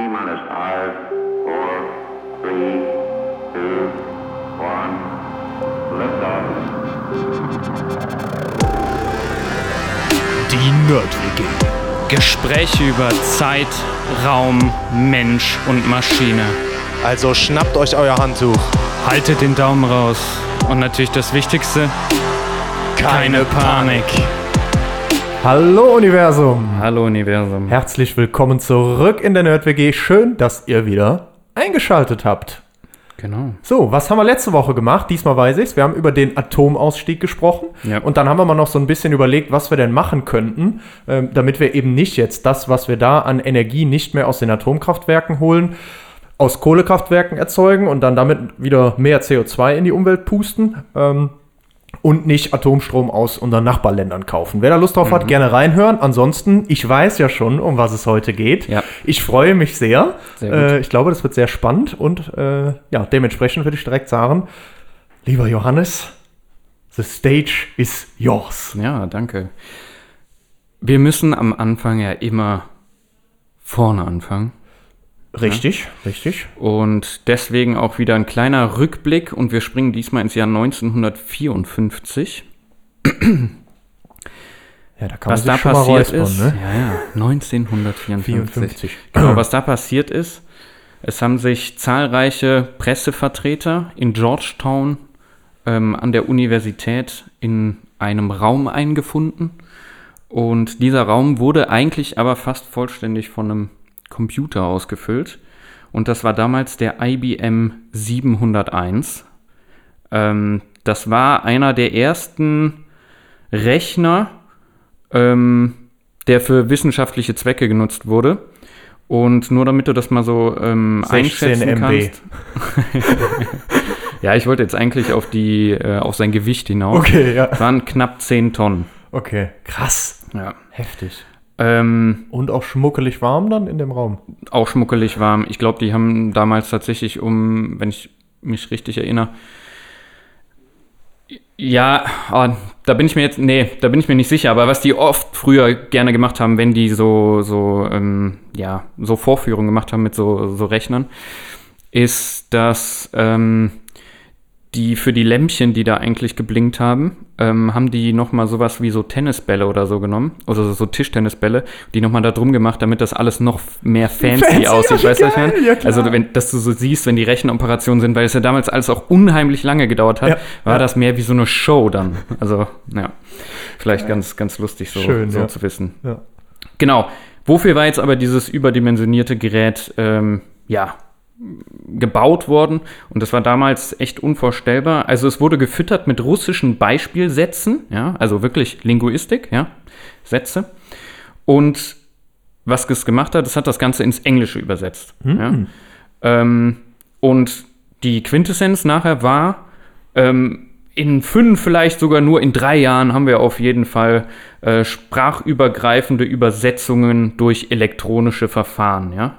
T-minus 5, 4, 3, 2, 1, liftoff. Die Nerd-WG. Gespräche über Zeit, Raum, Mensch und Maschine. Also schnappt euch euer Handtuch. Haltet den Daumen raus. Und natürlich das Wichtigste, keine Panik. Hallo Universum. Hallo Universum. Herzlich willkommen zurück in der Nerd-WG. Schön, dass ihr wieder eingeschaltet habt. Genau. So, was haben wir letzte Woche gemacht? Diesmal weiß ich's. Wir haben über den Atomausstieg gesprochen. Ja. Und dann haben wir mal noch so ein bisschen überlegt, was wir denn machen könnten, damit wir eben nicht jetzt das, was wir da an Energie nicht mehr aus den Atomkraftwerken holen, aus Kohlekraftwerken erzeugen und dann damit wieder mehr CO2 in die Umwelt pusten und nicht Atomstrom aus unseren Nachbarländern kaufen. Wer da Lust drauf hat, gerne reinhören. Ansonsten, ich weiß ja schon, um was es heute geht. Ja. Ich freue mich sehr. Sehr gut. Ich glaube, das wird sehr spannend und dementsprechend würde ich direkt sagen, lieber Johannes, the stage is yours. Ja, danke. Wir müssen am Anfang ja immer vorne anfangen. Richtig, richtig. Und deswegen auch wieder ein kleiner Rückblick und wir springen diesmal ins Jahr 1954. Ja, da kann Was man da sich schon mal passiert räuspern, ist, ne? ja, 1954. 54. Genau, was da passiert ist, es haben sich zahlreiche Pressevertreter in Georgetown an der Universität in einem Raum eingefunden. Und dieser Raum wurde eigentlich aber fast vollständig von einem Computer ausgefüllt. Und das war damals der IBM 701. Das war einer der ersten Rechner, der für wissenschaftliche Zwecke genutzt wurde. Und nur damit du das mal so einschätzen MB. kannst. Ja, ich wollte jetzt eigentlich auf sein Gewicht hinaus. Okay, ja. Es waren knapp 10 Tonnen. Okay, krass. Ja. Heftig. Und Und auch schmuckelig warm dann in dem Raum. auch schmuckelig warm. Ich glaube, die haben damals tatsächlich wenn ich mich richtig erinnere, ja, da bin ich mir nicht sicher, aber was die oft früher gerne gemacht haben, wenn die so Vorführungen gemacht haben mit so Rechnern, ist, dass die für die Lämpchen, die da eigentlich geblinkt haben, haben die nochmal sowas wie so Tennisbälle oder so genommen, also so Tischtennisbälle, die nochmal da drum gemacht, damit das alles noch mehr fancy aussieht, weißt du, was ich meine? Ja, klar. Also, dass du so siehst, wenn die Rechenoperationen sind, weil es ja damals alles auch unheimlich lange gedauert hat, war das mehr wie so eine Show dann. Also, ja, vielleicht ganz, ganz lustig Schön, ja. zu wissen. Ja. Genau. Wofür war jetzt aber dieses überdimensionierte Gerät, gebaut worden? Und das war damals echt unvorstellbar. Also es wurde gefüttert mit russischen Beispielsätzen, ja, also wirklich Linguistik, ja, Sätze. Und was es gemacht hat, es hat das Ganze ins Englische übersetzt. Ja. Und die Quintessenz nachher war, in 5, vielleicht sogar nur in 3 Jahren haben wir auf jeden Fall sprachübergreifende Übersetzungen durch elektronische Verfahren, ja.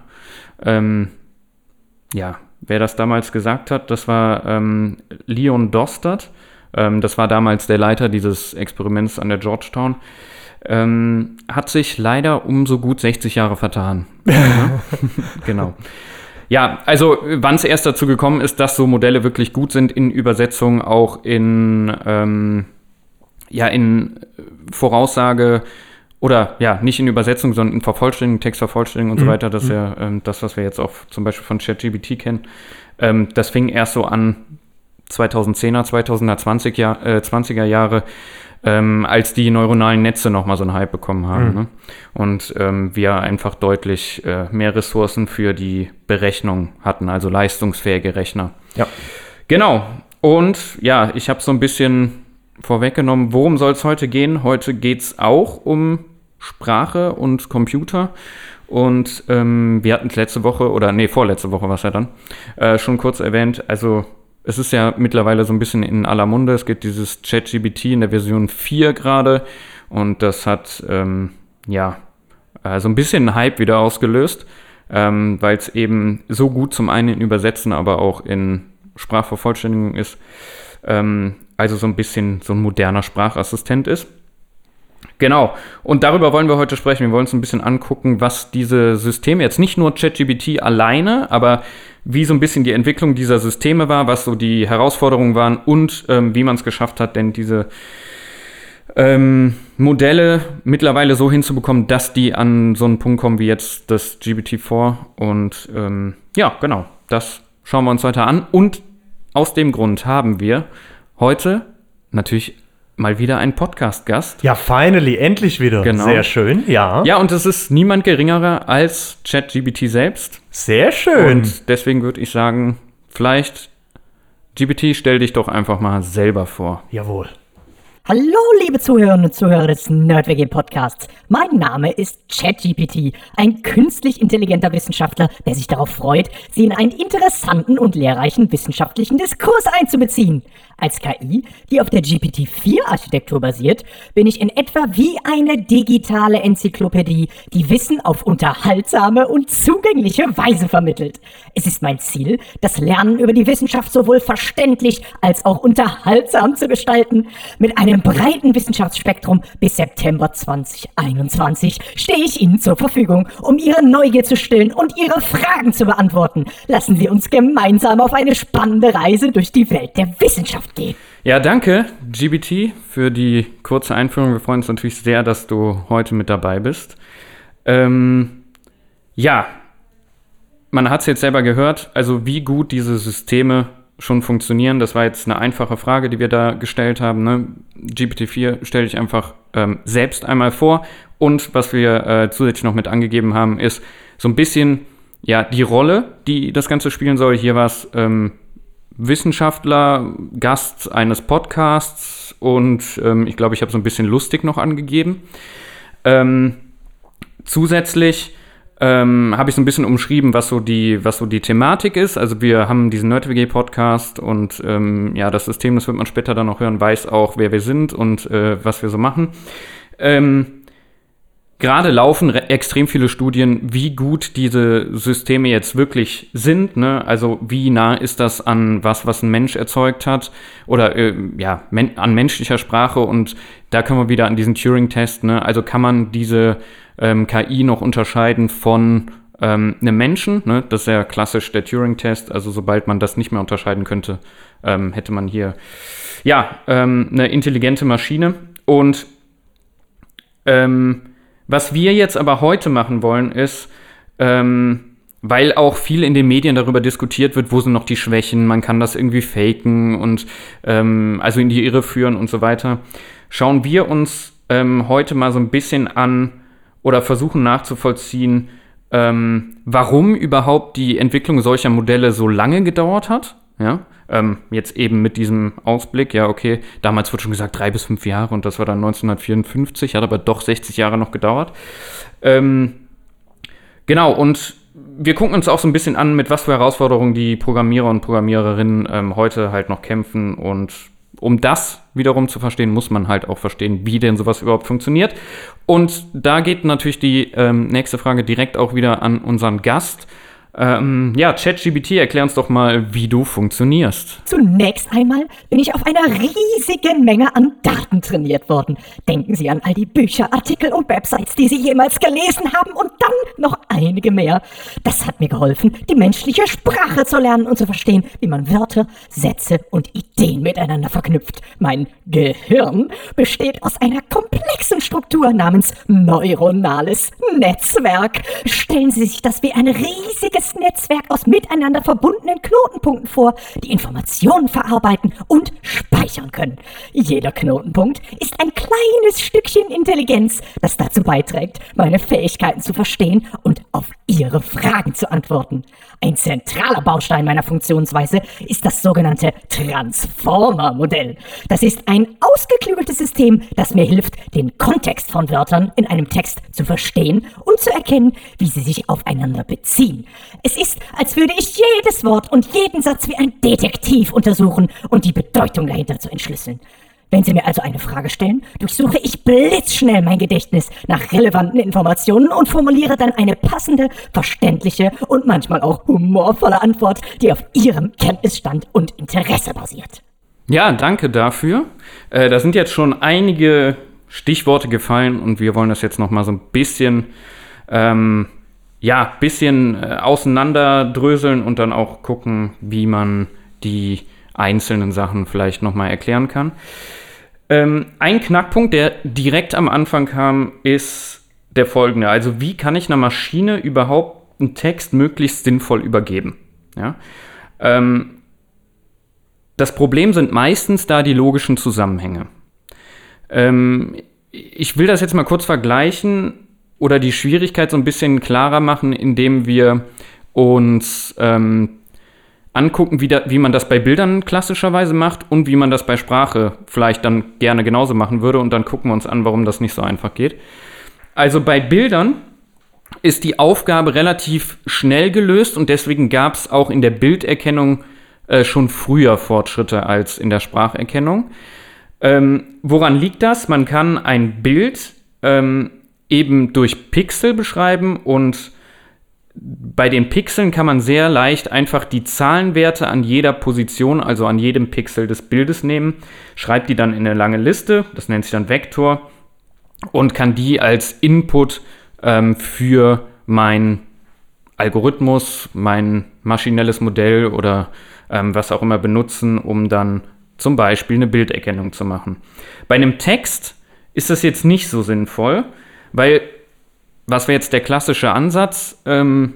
Wer das damals gesagt hat, das war Leon Dostert. Das war damals der Leiter dieses Experiments an der Georgetown. Hat sich leider um so gut 60 Jahre vertan. Ja. Genau. Ja, also wann es erst dazu gekommen ist, dass so Modelle wirklich gut sind in Übersetzung, auch in Voraussage oder ja, nicht in Übersetzung, sondern in Vervollständigung, Textvervollständigung und so weiter. Das ist ja das, was wir jetzt auch zum Beispiel von ChatGPT kennen. Das fing erst so an 2010er, 2020er Jahre, als die neuronalen Netze nochmal so einen Hype bekommen haben. Ne? Und wir einfach deutlich mehr Ressourcen für die Berechnung hatten, also leistungsfähige Rechner. Ja. Genau. Und ja, ich habe so ein bisschen vorweggenommen, worum soll es heute gehen? Heute geht es auch um Sprache und Computer. Und wir hatten es vorletzte Woche war es ja dann, schon kurz erwähnt. Also es ist ja mittlerweile so ein bisschen in aller Munde. Es gibt dieses ChatGPT in der Version 4 gerade. Und das hat so ein bisschen einen Hype wieder ausgelöst, weil es eben so gut zum einen in Übersetzen, aber auch in Sprachvervollständigung ist. Also so ein bisschen so ein moderner Sprachassistent ist. Genau. Und darüber wollen wir heute sprechen. Wir wollen uns ein bisschen angucken, was diese Systeme, jetzt nicht nur ChatGPT alleine, aber wie so ein bisschen die Entwicklung dieser Systeme war, was so die Herausforderungen waren und wie man es geschafft hat, denn diese Modelle mittlerweile so hinzubekommen, dass die an so einen Punkt kommen wie jetzt das GPT-4. Und ja, genau, das schauen wir uns heute an. Und aus dem Grund haben wir heute natürlich mal wieder einen Podcast-Gast. Ja, finally, endlich wieder. Genau. Sehr schön, ja. Ja, und es ist niemand geringerer als ChatGPT selbst. Sehr schön. Und deswegen würde ich sagen, vielleicht, GPT, stell dich doch einfach mal selber vor. Jawohl. Hallo, liebe Zuhörerinnen und Zuhörer des NerdWG Podcasts. Mein Name ist ChatGPT, ein künstlich intelligenter Wissenschaftler, der sich darauf freut, Sie in einen interessanten und lehrreichen wissenschaftlichen Diskurs einzubeziehen. Als KI, die auf der GPT-4-Architektur basiert, bin ich in etwa wie eine digitale Enzyklopädie, die Wissen auf unterhaltsame und zugängliche Weise vermittelt. Es ist mein Ziel, das Lernen über die Wissenschaft sowohl verständlich als auch unterhaltsam zu gestalten. Mit einem breiten Wissenschaftsspektrum bis September 2021 stehe ich Ihnen zur Verfügung, um Ihre Neugier zu stillen und Ihre Fragen zu beantworten. Lassen Sie uns gemeinsam auf eine spannende Reise durch die Welt der Wissenschaft gehen. Ja, danke, GPT, für die kurze Einführung. Wir freuen uns natürlich sehr, dass du heute mit dabei bist. Ja, man hat es jetzt selber gehört, also wie gut diese Systeme schon funktionieren. Das war jetzt eine einfache Frage, die wir da gestellt haben. Ne? GPT-4 stelle ich einfach selbst einmal vor. Und was wir zusätzlich noch mit angegeben haben, ist so ein bisschen ja die Rolle, die das Ganze spielen soll. Hier war es Wissenschaftler, Gast eines Podcasts und ich glaube, ich habe so ein bisschen lustig noch angegeben. Zusätzlich habe ich so ein bisschen umschrieben, was so die Thematik ist. Also wir haben diesen NerdWG-Podcast und ja, das System, das wird man später dann noch hören, weiß auch, wer wir sind und was wir so machen. Gerade laufen extrem viele Studien, wie gut diese Systeme jetzt wirklich sind. Ne? Also wie nah ist das an was ein Mensch erzeugt hat oder ja, an menschlicher Sprache. Und da können wir wieder an diesen Turing-Test. Ne? Also kann man diese KI noch unterscheiden von einem Menschen. Ne? Das ist ja klassisch der Turing-Test. Also sobald man das nicht mehr unterscheiden könnte, hätte man hier ja eine intelligente Maschine. Und was wir jetzt aber heute machen wollen, ist, weil auch viel in den Medien darüber diskutiert wird, wo sind noch die Schwächen, man kann das irgendwie faken und also in die Irre führen und so weiter, schauen wir uns heute mal so ein bisschen an oder versuchen nachzuvollziehen, warum überhaupt die Entwicklung solcher Modelle so lange gedauert hat. Ja? Jetzt eben mit diesem Ausblick, ja, okay, damals wurde schon gesagt 3 bis 5 Jahre und das war dann 1954, hat aber doch 60 Jahre noch gedauert. Genau, und wir gucken uns auch so ein bisschen an, mit was für Herausforderungen die Programmierer und Programmiererinnen heute halt noch kämpfen. Und um das wiederum zu verstehen, muss man halt auch verstehen, wie denn sowas überhaupt funktioniert. Und da geht natürlich die nächste Frage direkt auch wieder an unseren Gast. Ja, ChatGPT, erklär uns doch mal, wie du funktionierst. Zunächst einmal bin ich auf einer riesigen Menge an Daten trainiert worden. Denken Sie an all die Bücher, Artikel und Websites, die Sie jemals gelesen haben und dann noch einige mehr. Das hat mir geholfen, die menschliche Sprache zu lernen und zu verstehen, wie man Wörter, Sätze und Ideen miteinander verknüpft. Mein Gehirn besteht aus einer komplexen Struktur namens neuronales Netzwerk. Stellen Sie sich das wie ein riesiges Netzwerk aus miteinander verbundenen Knotenpunkten vor, die Informationen verarbeiten und speichern können. Jeder Knotenpunkt ist ein kleines Stückchen Intelligenz, das dazu beiträgt, meine Fähigkeiten zu verstehen und auf Ihre Fragen zu antworten. Ein zentraler Baustein meiner Funktionsweise ist das sogenannte Transformer-Modell. Das ist ein ausgeklügeltes System, das mir hilft, den Kontext von Wörtern in einem Text zu verstehen und zu erkennen, wie sie sich aufeinander beziehen. Es ist, als würde ich jedes Wort und jeden Satz wie ein Detektiv untersuchen und die Bedeutung dahinter zu entschlüsseln. Wenn Sie mir also eine Frage stellen, durchsuche ich blitzschnell mein Gedächtnis nach relevanten Informationen und formuliere dann eine passende, verständliche und manchmal auch humorvolle Antwort, die auf Ihrem Kenntnisstand und Interesse basiert. Ja, danke dafür. Da sind jetzt schon einige Stichworte gefallen und wir wollen das jetzt noch mal so ein bisschen auseinanderdröseln und dann auch gucken, wie man die einzelnen Sachen vielleicht noch mal erklären kann. Ein Knackpunkt, der direkt am Anfang kam, ist der folgende. Also wie kann ich einer Maschine überhaupt einen Text möglichst sinnvoll übergeben? Ja? Das Problem sind meistens da die logischen Zusammenhänge. Ich will das jetzt mal kurz vergleichen oder die Schwierigkeit so ein bisschen klarer machen, indem wir uns angucken, wie man das bei Bildern klassischerweise macht und wie man das bei Sprache vielleicht dann gerne genauso machen würde. Und dann gucken wir uns an, warum das nicht so einfach geht. Also bei Bildern ist die Aufgabe relativ schnell gelöst und deswegen gab es auch in der Bilderkennung schon früher Fortschritte als in der Spracherkennung. Woran liegt das? Man kann ein Bild eben durch Pixel beschreiben und bei den Pixeln kann man sehr leicht einfach die Zahlenwerte an jeder Position, also an jedem Pixel des Bildes nehmen, schreibt die dann in eine lange Liste, das nennt sich dann Vektor, und kann die als Input für mein Algorithmus, mein maschinelles Modell oder was auch immer benutzen, um dann zum Beispiel eine Bilderkennung zu machen. Bei einem Text ist das jetzt nicht so sinnvoll, weil was wäre jetzt der klassische Ansatz, den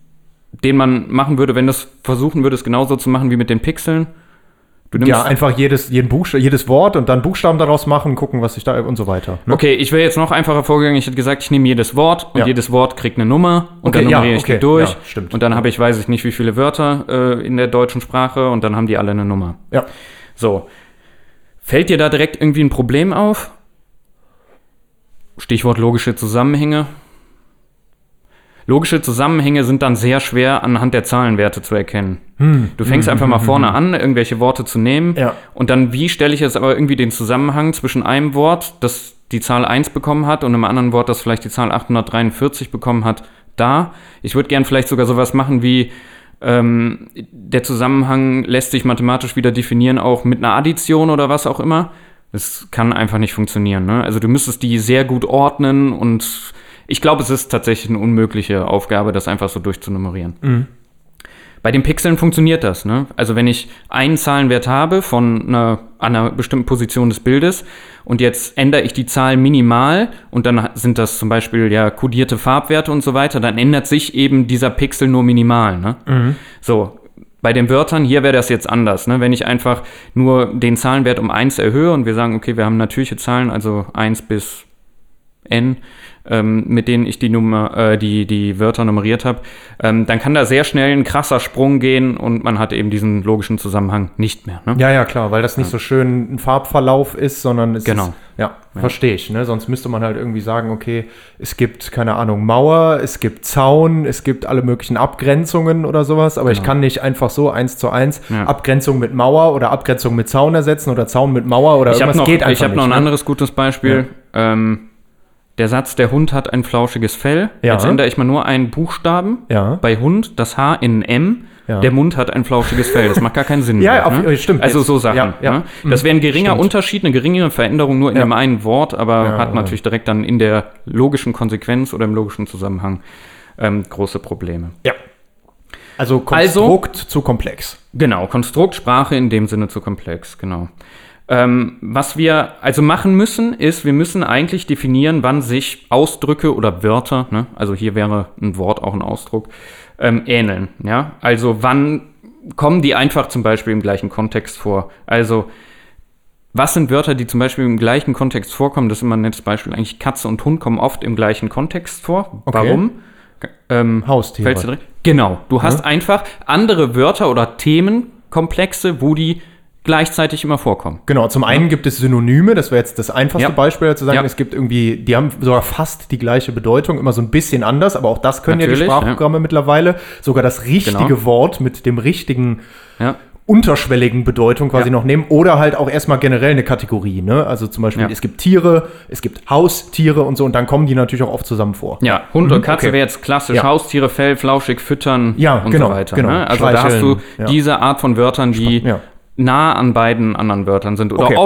man machen würde, wenn du es versuchen würdest, genauso zu machen wie mit den Pixeln? Du nimmst einfach jedes Wort und dann Buchstaben daraus machen, gucken, was sich da und so weiter. Ne? Okay, ich wäre jetzt noch einfacher vorgegangen. Ich hätte gesagt, ich nehme jedes Wort und jedes Wort kriegt eine Nummer und dann nummeriere ich die durch. Ja, stimmt. Und dann habe ich, weiß ich nicht, wie viele Wörter in der deutschen Sprache und dann haben die alle eine Nummer. Ja. So. Fällt dir da direkt irgendwie ein Problem auf? Stichwort logische Zusammenhänge. Logische Zusammenhänge sind dann sehr schwer anhand der Zahlenwerte zu erkennen. Du fängst einfach mal vorne an, irgendwelche Worte zu nehmen und dann, wie stelle ich jetzt aber irgendwie den Zusammenhang zwischen einem Wort, das die Zahl 1 bekommen hat und einem anderen Wort, das vielleicht die Zahl 843 bekommen hat, da. Ich würde gern vielleicht sogar sowas machen wie der Zusammenhang lässt sich mathematisch wieder definieren, auch mit einer Addition oder was auch immer. Das kann einfach nicht funktionieren. Ne? Also du müsstest die sehr gut ordnen und ich glaube, es ist tatsächlich eine unmögliche Aufgabe, das einfach so durchzunummerieren. Bei den Pixeln funktioniert das. Ne? Also wenn ich einen Zahlenwert habe von einer bestimmten Position des Bildes und jetzt ändere ich die Zahl minimal und dann sind das zum Beispiel ja kodierte Farbwerte und so weiter, dann ändert sich eben dieser Pixel nur minimal. Ne? So, bei den Wörtern, hier wäre das jetzt anders. Ne? Wenn ich einfach nur den Zahlenwert um 1 erhöhe und wir sagen, okay, wir haben natürliche Zahlen, also 1 bis n, mit denen ich die Wörter nummeriert habe, dann kann da sehr schnell ein krasser Sprung gehen und man hat eben diesen logischen Zusammenhang nicht mehr. Ne? Ja, klar, weil das nicht so schön ein Farbverlauf ist, sondern es ist, verstehe ich. Ne? Sonst müsste man halt irgendwie sagen, okay, es gibt, keine Ahnung, Mauer, es gibt Zaun, es gibt alle möglichen Abgrenzungen oder sowas, aber ich kann nicht einfach so 1:1 Abgrenzung mit Mauer oder Abgrenzung mit Zaun ersetzen oder Zaun mit Mauer oder irgendwas geht einfach nicht. Ich habe noch ein anderes gutes Beispiel. Der Satz, der Hund hat ein flauschiges Fell. Ja. Jetzt ändere ich mal nur einen Buchstaben. Ja. Bei Hund, das H in M. Ja. Der Mund hat ein flauschiges Fell. Das macht gar keinen Sinn mehr. Ne? Stimmt. Also so Sachen. Ne? Das wäre ein geringer Unterschied, eine geringere Veränderung nur in dem einen Wort, aber hat natürlich direkt dann in der logischen Konsequenz oder im logischen Zusammenhang große Probleme. Ja. Also Konstrukt zu komplex. Genau, Konstrukt, Sprache in dem Sinne zu komplex, genau. Was wir also machen müssen, ist, wir müssen eigentlich definieren, wann sich Ausdrücke oder Wörter, ne, also hier wäre ein Wort auch ein Ausdruck, ähneln. Ja? Also wann kommen die einfach zum Beispiel im gleichen Kontext vor? Also was sind Wörter, die zum Beispiel im gleichen Kontext vorkommen? Das ist immer ein nettes Beispiel. Eigentlich Katze und Hund kommen oft im gleichen Kontext vor. Okay. Warum? Haustiere. Genau, du hast einfach andere Wörter oder Themenkomplexe, wo die gleichzeitig immer vorkommen. Genau, zum einen gibt es Synonyme, das wäre jetzt das einfachste Beispiel, zu sagen, es gibt irgendwie, die haben sogar fast die gleiche Bedeutung, immer so ein bisschen anders, aber auch das können natürlich, ja die Sprachprogramme mittlerweile, sogar das richtige Wort mit dem richtigen unterschwelligen Bedeutung quasi noch nehmen oder halt auch erstmal generell eine Kategorie, ne? Also zum Beispiel, es gibt Tiere, es gibt Haustiere und so und dann kommen die natürlich auch oft zusammen vor. Ja, Hund und Katze wäre jetzt klassisch, Haustiere, Fell, flauschig, füttern und so weiter. Genau. Ne? Also da hast du diese Art von Wörtern, die nah an beiden anderen Wörtern sind oder oft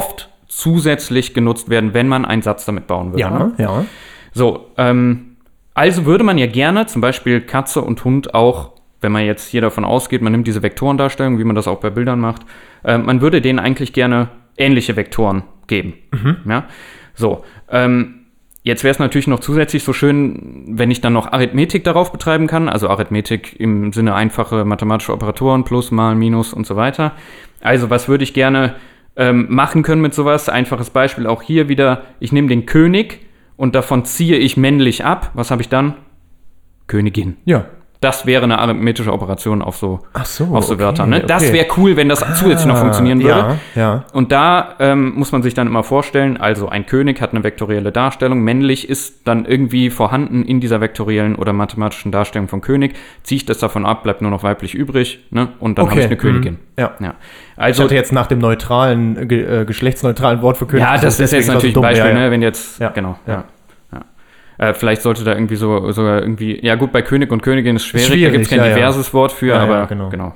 zusätzlich genutzt werden, wenn man einen Satz damit bauen würde. Ne? Ja. So, also würde man ja gerne zum Beispiel Katze und Hund auch, wenn man jetzt hier davon ausgeht, man nimmt diese Vektorendarstellung, wie man das auch bei Bildern macht, man würde denen eigentlich gerne ähnliche Vektoren geben. Ja? So, jetzt wäre es natürlich noch zusätzlich so schön, wenn ich dann noch Arithmetik darauf betreiben kann, also Arithmetik im Sinne einfache mathematische Operatoren, Plus, Mal, Minus und so weiter. Also was würde ich gerne machen können mit sowas? Einfaches Beispiel auch hier wieder, ich nehme den König und davon ziehe ich männlich ab. Was habe ich dann? Königin. Ja. Das wäre eine arithmetische Operation auf so okay, Wörter. Ne? Das okay. wäre cool, wenn das zusätzlich noch funktionieren würde. Ja. Und da muss man sich dann immer vorstellen, also ein König hat eine vektorielle Darstellung, männlich ist dann irgendwie vorhanden in dieser vektoriellen oder mathematischen Darstellung von König, ziehe ich das davon ab, bleibt nur noch weiblich übrig, ne? Und dann habe ich eine Königin. Ja. Also, ich hatte jetzt nach dem neutralen, geschlechtsneutralen Wort für König. Ja, das ist jetzt natürlich ein Beispiel, ne? Wenn jetzt, genau. Vielleicht sollte da irgendwie sogar irgendwie, ja gut, bei König und Königin ist schwierig, da gibt es kein diverses Wort für, aber genau.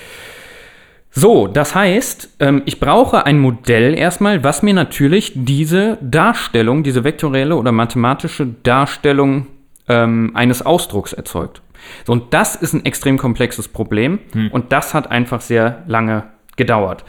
So, das heißt, ich brauche ein Modell erstmal, was mir natürlich diese Darstellung, diese vektorielle oder mathematische Darstellung eines Ausdrucks erzeugt. So, und das ist ein extrem komplexes Problem und das hat einfach sehr lange gedauert.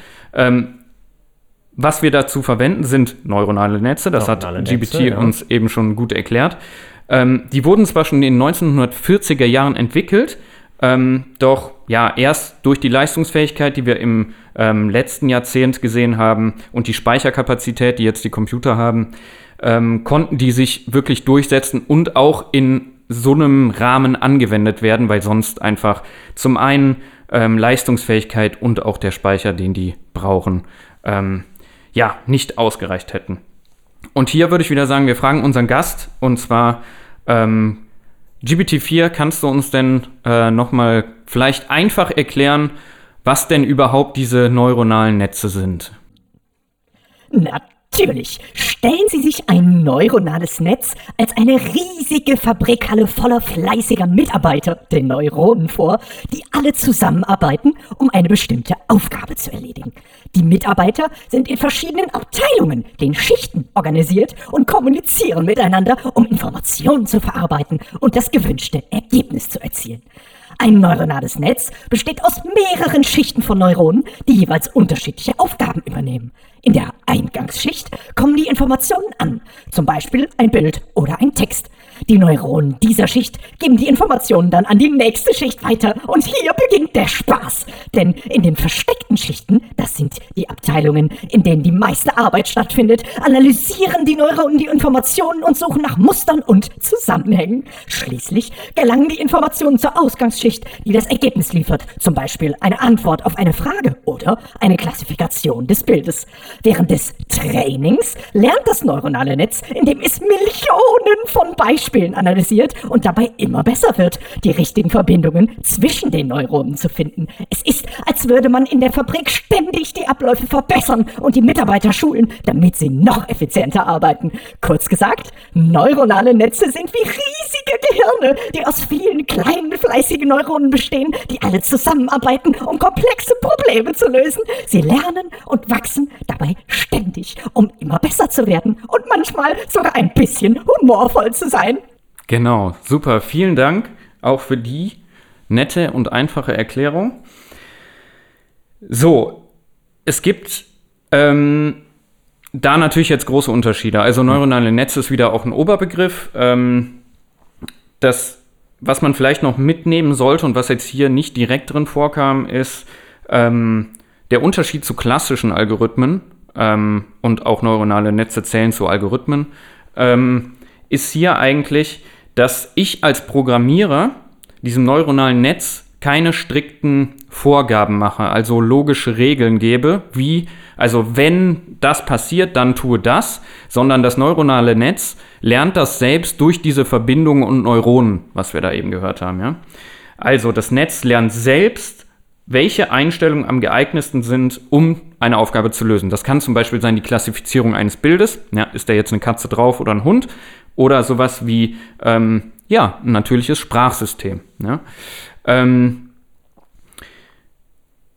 Was wir dazu verwenden, sind neuronale Netze. Das hat GPT uns eben schon gut erklärt. Die wurden zwar schon in den 1940er Jahren entwickelt, doch ja, erst durch die Leistungsfähigkeit, die wir im letzten Jahrzehnt gesehen haben und die Speicherkapazität, die jetzt die Computer haben, konnten die sich wirklich durchsetzen und auch in so einem Rahmen angewendet werden, weil sonst einfach zum einen Leistungsfähigkeit und auch der Speicher, den die brauchen, nicht ausgereicht hätten. Und hier würde ich wieder sagen, wir fragen unseren Gast, und zwar GPT-4, kannst du uns denn nochmal vielleicht einfach erklären, was denn überhaupt diese neuronalen Netze sind? Natürlich. Stellen Sie sich ein neuronales Netz als eine riesige Fabrikhalle voller fleißiger Mitarbeiter, den Neuronen, vor, die alle zusammenarbeiten, um eine bestimmte Aufgabe zu erledigen. Die Mitarbeiter sind in verschiedenen Abteilungen, den Schichten, organisiert und kommunizieren miteinander, um Informationen zu verarbeiten und das gewünschte Ergebnis zu erzielen. Ein neuronales Netz besteht aus mehreren Schichten von Neuronen, die jeweils unterschiedliche Aufgaben übernehmen. In der Eingangsschicht kommen die Informationen an, zum Beispiel ein Bild oder ein Text. Die Neuronen dieser Schicht geben die Informationen dann an die nächste Schicht weiter und hier beginnt der Spaß. Denn in den versteckten Schichten, das sind die Abteilungen, in denen die meiste Arbeit stattfindet, analysieren die Neuronen die Informationen und suchen nach Mustern und Zusammenhängen. Schließlich gelangen die Informationen zur Ausgangsschicht, die das Ergebnis liefert, zum Beispiel eine Antwort auf eine Frage oder eine Klassifikation des Bildes. Während des Trainings lernt das neuronale Netz, indem es Millionen von Beispielen analysiert und dabei immer besser wird, die richtigen Verbindungen zwischen den Neuronen zu finden. Es ist, als würde man in der Fabrik ständig die Abläufe verbessern und die Mitarbeiter schulen, damit sie noch effizienter arbeiten. Kurz gesagt, neuronale Netze sind wie riesige Gehirne, die aus vielen kleinen, fleißigen Neuronen bestehen, die alle zusammenarbeiten, um komplexe Probleme zu lösen. Sie lernen und wachsen dabei ständig, um immer besser zu werden und manchmal sogar ein bisschen humorvoll zu sein. Genau, super. Vielen Dank auch für die nette und einfache Erklärung. So, es gibt da natürlich jetzt große Unterschiede. Also neuronale Netze ist wieder auch ein Oberbegriff. Das, was man vielleicht noch mitnehmen sollte und was jetzt hier nicht direkt drin vorkam, ist der Unterschied zu klassischen Algorithmen, und auch neuronale Netze zählen zu Algorithmen, ist hier eigentlich, dass ich als Programmierer diesem neuronalen Netz keine strikten Vorgaben mache, also logische Regeln gebe, wie, also wenn das passiert, dann tue das, sondern das neuronale Netz lernt das selbst durch diese Verbindungen und Neuronen, was wir da eben gehört haben. Ja? Also das Netz lernt selbst, welche Einstellungen am geeignetsten sind, um eine Aufgabe zu lösen. Das kann zum Beispiel sein die Klassifizierung eines Bildes. Ja, ist da jetzt eine Katze drauf oder ein Hund? Oder sowas wie ein natürliches Sprachsystem. Ja?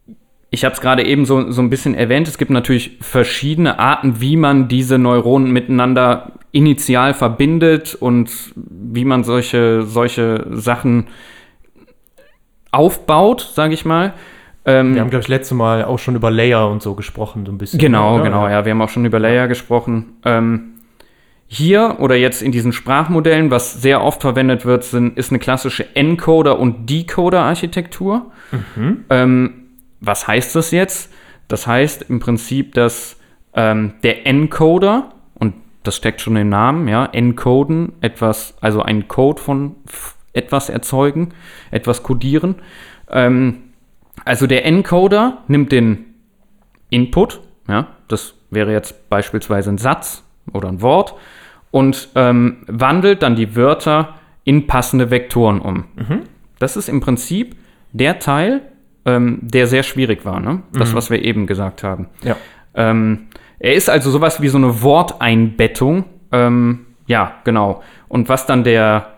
ich habe es gerade eben so ein bisschen erwähnt, es gibt natürlich verschiedene Arten, wie man diese Neuronen miteinander initial verbindet und wie man solche Sachen aufbaut, sage ich mal. Wir haben, glaube ich, letztes Mal auch schon über Layer und so gesprochen, so ein bisschen. Genau, ja, wir haben auch schon über Layer gesprochen. Hier oder jetzt in diesen Sprachmodellen, was sehr oft verwendet wird, ist eine klassische Encoder- und Decoder-Architektur. Was heißt das jetzt? Das heißt im Prinzip, dass der Encoder, und das steckt schon im Namen, ja, encoden, also einen Code von etwas erzeugen, etwas codieren. Also der Encoder nimmt den Input, ja, das wäre jetzt beispielsweise ein Satz oder ein Wort, und wandelt dann die Wörter in passende Vektoren um. Das ist im Prinzip der Teil, der sehr schwierig war, ne? Das, was wir eben gesagt haben. Ja. Er ist also sowas wie so eine Worteinbettung. Ja, genau. Und was dann der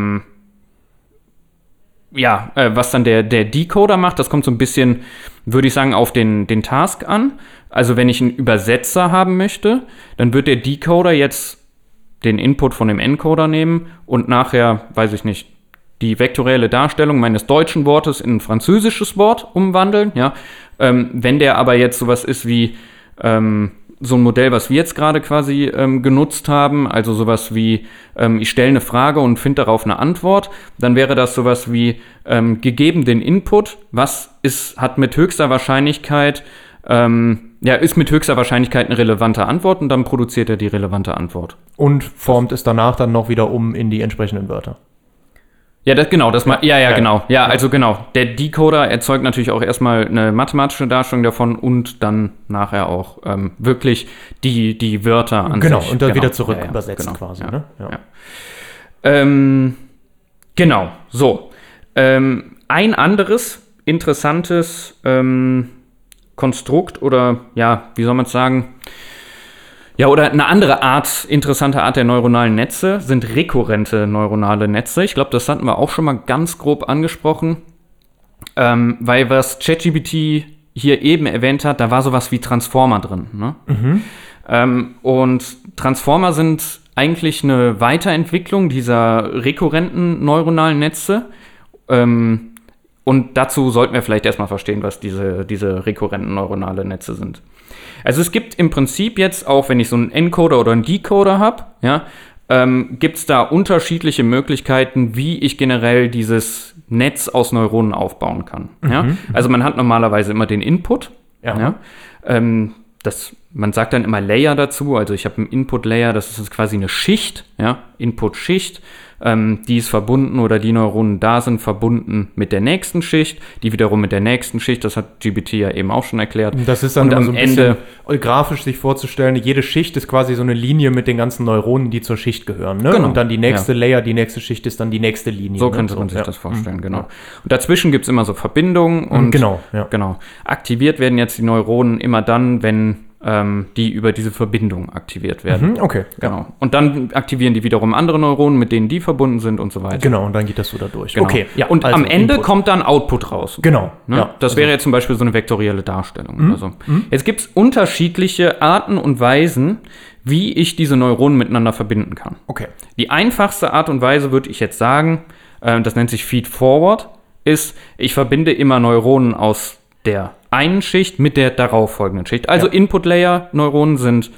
Decoder macht, das kommt so ein bisschen, würde ich sagen, auf den Task an. Also wenn ich einen Übersetzer haben möchte, dann wird der Decoder jetzt den Input von dem Encoder nehmen und nachher, weiß ich nicht, die vektorielle Darstellung meines deutschen Wortes in ein französisches Wort umwandeln. Ja? Wenn der aber jetzt sowas ist wie so ein Modell, was wir jetzt gerade quasi genutzt haben, also sowas wie, ich stelle eine Frage und finde darauf eine Antwort, dann wäre das sowas wie, gegeben den Input, hat mit höchster Wahrscheinlichkeit, ist mit höchster Wahrscheinlichkeit eine relevante Antwort, und dann produziert er die relevante Antwort. Und formt es danach dann noch wieder um in die entsprechenden Wörter. Ja, genau. Ja, also genau. Der Decoder erzeugt natürlich auch erstmal eine mathematische Darstellung davon und dann nachher auch wirklich die Wörter an sich. Genau, und dann wieder zurück übersetzen quasi. Ja, ne? Ja. Genau, so. Ein anderes interessantes Konstrukt oder, ja, wie soll man es sagen? Ja, oder eine andere interessante Art der neuronalen Netze sind rekurrente neuronale Netze. Ich glaube, das hatten wir auch schon mal ganz grob angesprochen, weil was ChatGPT hier eben erwähnt hat, da war sowas wie Transformer drin. Ne? Und Transformer sind eigentlich eine Weiterentwicklung dieser rekurrenten neuronalen Netze. Und dazu sollten wir vielleicht erstmal verstehen, was diese rekurrenten neuronale Netze sind. Also es gibt im Prinzip jetzt auch, wenn ich so einen Encoder oder einen Decoder habe, ja, gibt es da unterschiedliche Möglichkeiten, wie ich generell dieses Netz aus Neuronen aufbauen kann. Ja? Also man hat normalerweise immer den Input. Ja? Man sagt dann immer Layer dazu. Also ich habe einen Input-Layer, das ist quasi eine Schicht, ja? Input-Schicht. Die ist verbunden, oder die Neuronen da sind verbunden mit der nächsten Schicht, die wiederum mit der nächsten Schicht, das hat GPT ja eben auch schon erklärt. Das ist dann so ein bisschen grafisch sich vorzustellen, jede Schicht ist quasi so eine Linie mit den ganzen Neuronen, die zur Schicht gehören. Ne? Genau. Und dann die nächste Layer, die nächste Schicht ist dann die nächste Linie. So könnte man sich das vorstellen, genau. Und dazwischen gibt es immer so Verbindungen und genau. Aktiviert werden jetzt die Neuronen immer dann, wenn die über diese Verbindung aktiviert werden. Okay. Genau. Und dann aktivieren die wiederum andere Neuronen, mit denen die verbunden sind und so weiter. Genau, und dann geht das so da durch. Genau. Okay. Ja, und also am Ende kommt dann Output raus. Genau. Ne? Ja, das wäre jetzt zum Beispiel so eine vektorielle Darstellung. Oder so. Jetzt gibt es unterschiedliche Arten und Weisen, wie ich diese Neuronen miteinander verbinden kann. Okay. Die einfachste Art und Weise, würde ich jetzt sagen, das nennt sich Feed-Forward, ist, ich verbinde immer Neuronen aus der einen Schicht mit der darauffolgenden Schicht. Also Input-Layer-Neuronen sind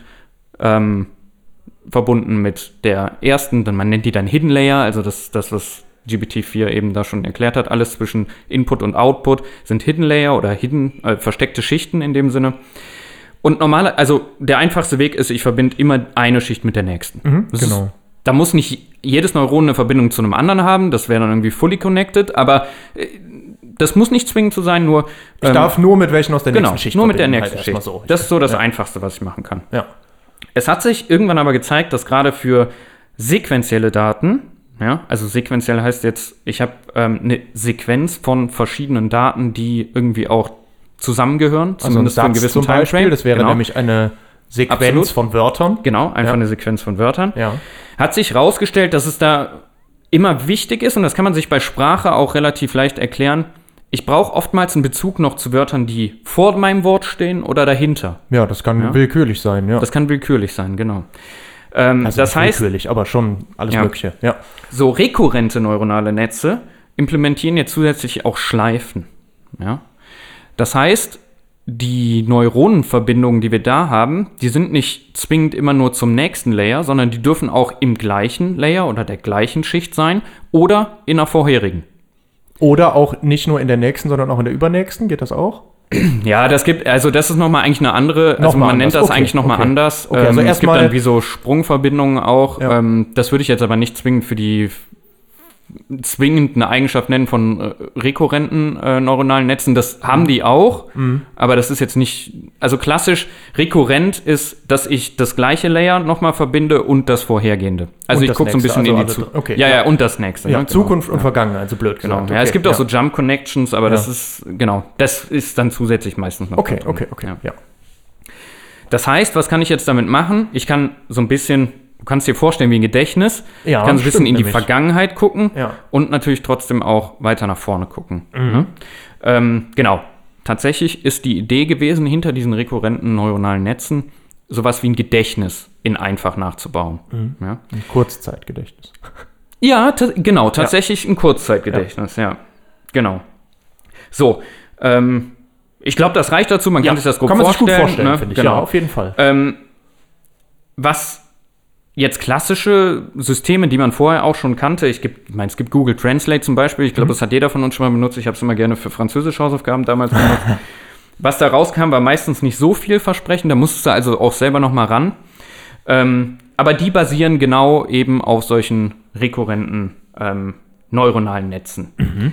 verbunden mit der ersten, man nennt die dann Hidden Layer, also das was GPT-4 eben da schon erklärt hat, alles zwischen Input und Output sind Hidden Layer oder versteckte Schichten in dem Sinne. Und also der einfachste Weg ist, ich verbinde immer eine Schicht mit der nächsten. Genau. Da muss nicht jedes Neuron eine Verbindung zu einem anderen haben, das wäre dann irgendwie fully connected, aber das muss nicht zwingend so sein, nur ich darf nur mit welchen aus der nächsten Schicht nur mit der nächsten halt Schicht. So. Das ist so das Einfachste, was ich machen kann. Ja. Es hat sich irgendwann aber gezeigt, dass gerade für sequentielle Daten, ja, also sequenziell heißt jetzt, ich habe eine Sequenz von verschiedenen Daten, die irgendwie auch zusammengehören, zumindest für einen gewissen Timeframe. Das wäre nämlich eine Sequenz von Wörtern. Genau, einfach eine Sequenz von Wörtern. Ja. Hat sich herausgestellt, dass es da immer wichtig ist, und das kann man sich bei Sprache auch relativ leicht erklären, ich brauche oftmals einen Bezug noch zu Wörtern, die vor meinem Wort stehen oder dahinter. Ja, das kann willkürlich sein, ja. Das kann willkürlich sein, genau. Also das heißt, willkürlich, aber schon alles Mögliche, ja. so rekurrente neuronale Netze implementieren jetzt zusätzlich auch Schleifen. Ja? Das heißt, die Neuronenverbindungen, die wir da haben, die sind nicht zwingend immer nur zum nächsten Layer, sondern die dürfen auch im gleichen Layer oder der gleichen Schicht sein oder in der vorherigen. Oder auch nicht nur in der nächsten, sondern auch in der übernächsten, geht das auch? Ja, das ist nochmal eigentlich eine andere, also man nennt das eigentlich nochmal anders. Okay, also es gibt dann wie so Sprungverbindungen auch. Ja. Das würde ich jetzt aber nicht zwingend eine Eigenschaft nennen von rekurrenten neuronalen Netzen. Das haben die auch, aber das ist jetzt nicht, also klassisch rekurrent ist, dass ich das gleiche Layer nochmal verbinde und das vorhergehende. Also ich gucke so ein bisschen in die Zukunft. Okay, ja, und das nächste. Ja, ne? Zukunft genau. Und Vergangenheit, so blöd genau. gesagt. Ja, es gibt auch so Jump Connections, aber das ist dann zusätzlich meistens noch. Okay. Ja. Das heißt, was kann ich jetzt damit machen? Ich kann so ein bisschen, du kannst dir vorstellen wie ein Gedächtnis. Ja, ich kann so ein bisschen in die nämlich. Vergangenheit gucken Ja. und natürlich trotzdem auch weiter nach vorne gucken. Genau. Tatsächlich ist die Idee gewesen, hinter diesen rekurrenten neuronalen Netzen sowas wie ein Gedächtnis in einfach nachzubauen. Ja? Ein Kurzzeitgedächtnis. Ja, genau, tatsächlich ein Kurzzeitgedächtnis, ja. Genau. So, ich glaube, das reicht dazu, man kann sich das grob vorstellen. Kann man sich gut vorstellen, ne? finde ich. Genau. Ja, auf jeden Fall. Was jetzt klassische Systeme, die man vorher auch schon kannte, es gibt Google Translate zum Beispiel, ich glaube, das hat jeder von uns schon mal benutzt, ich habe es immer gerne für französische Hausaufgaben damals benutzt. Was da rauskam, war meistens nicht so vielversprechend, da musstest du also auch selber noch mal ran. Aber die basieren genau eben auf solchen rekurrenten neuronalen Netzen.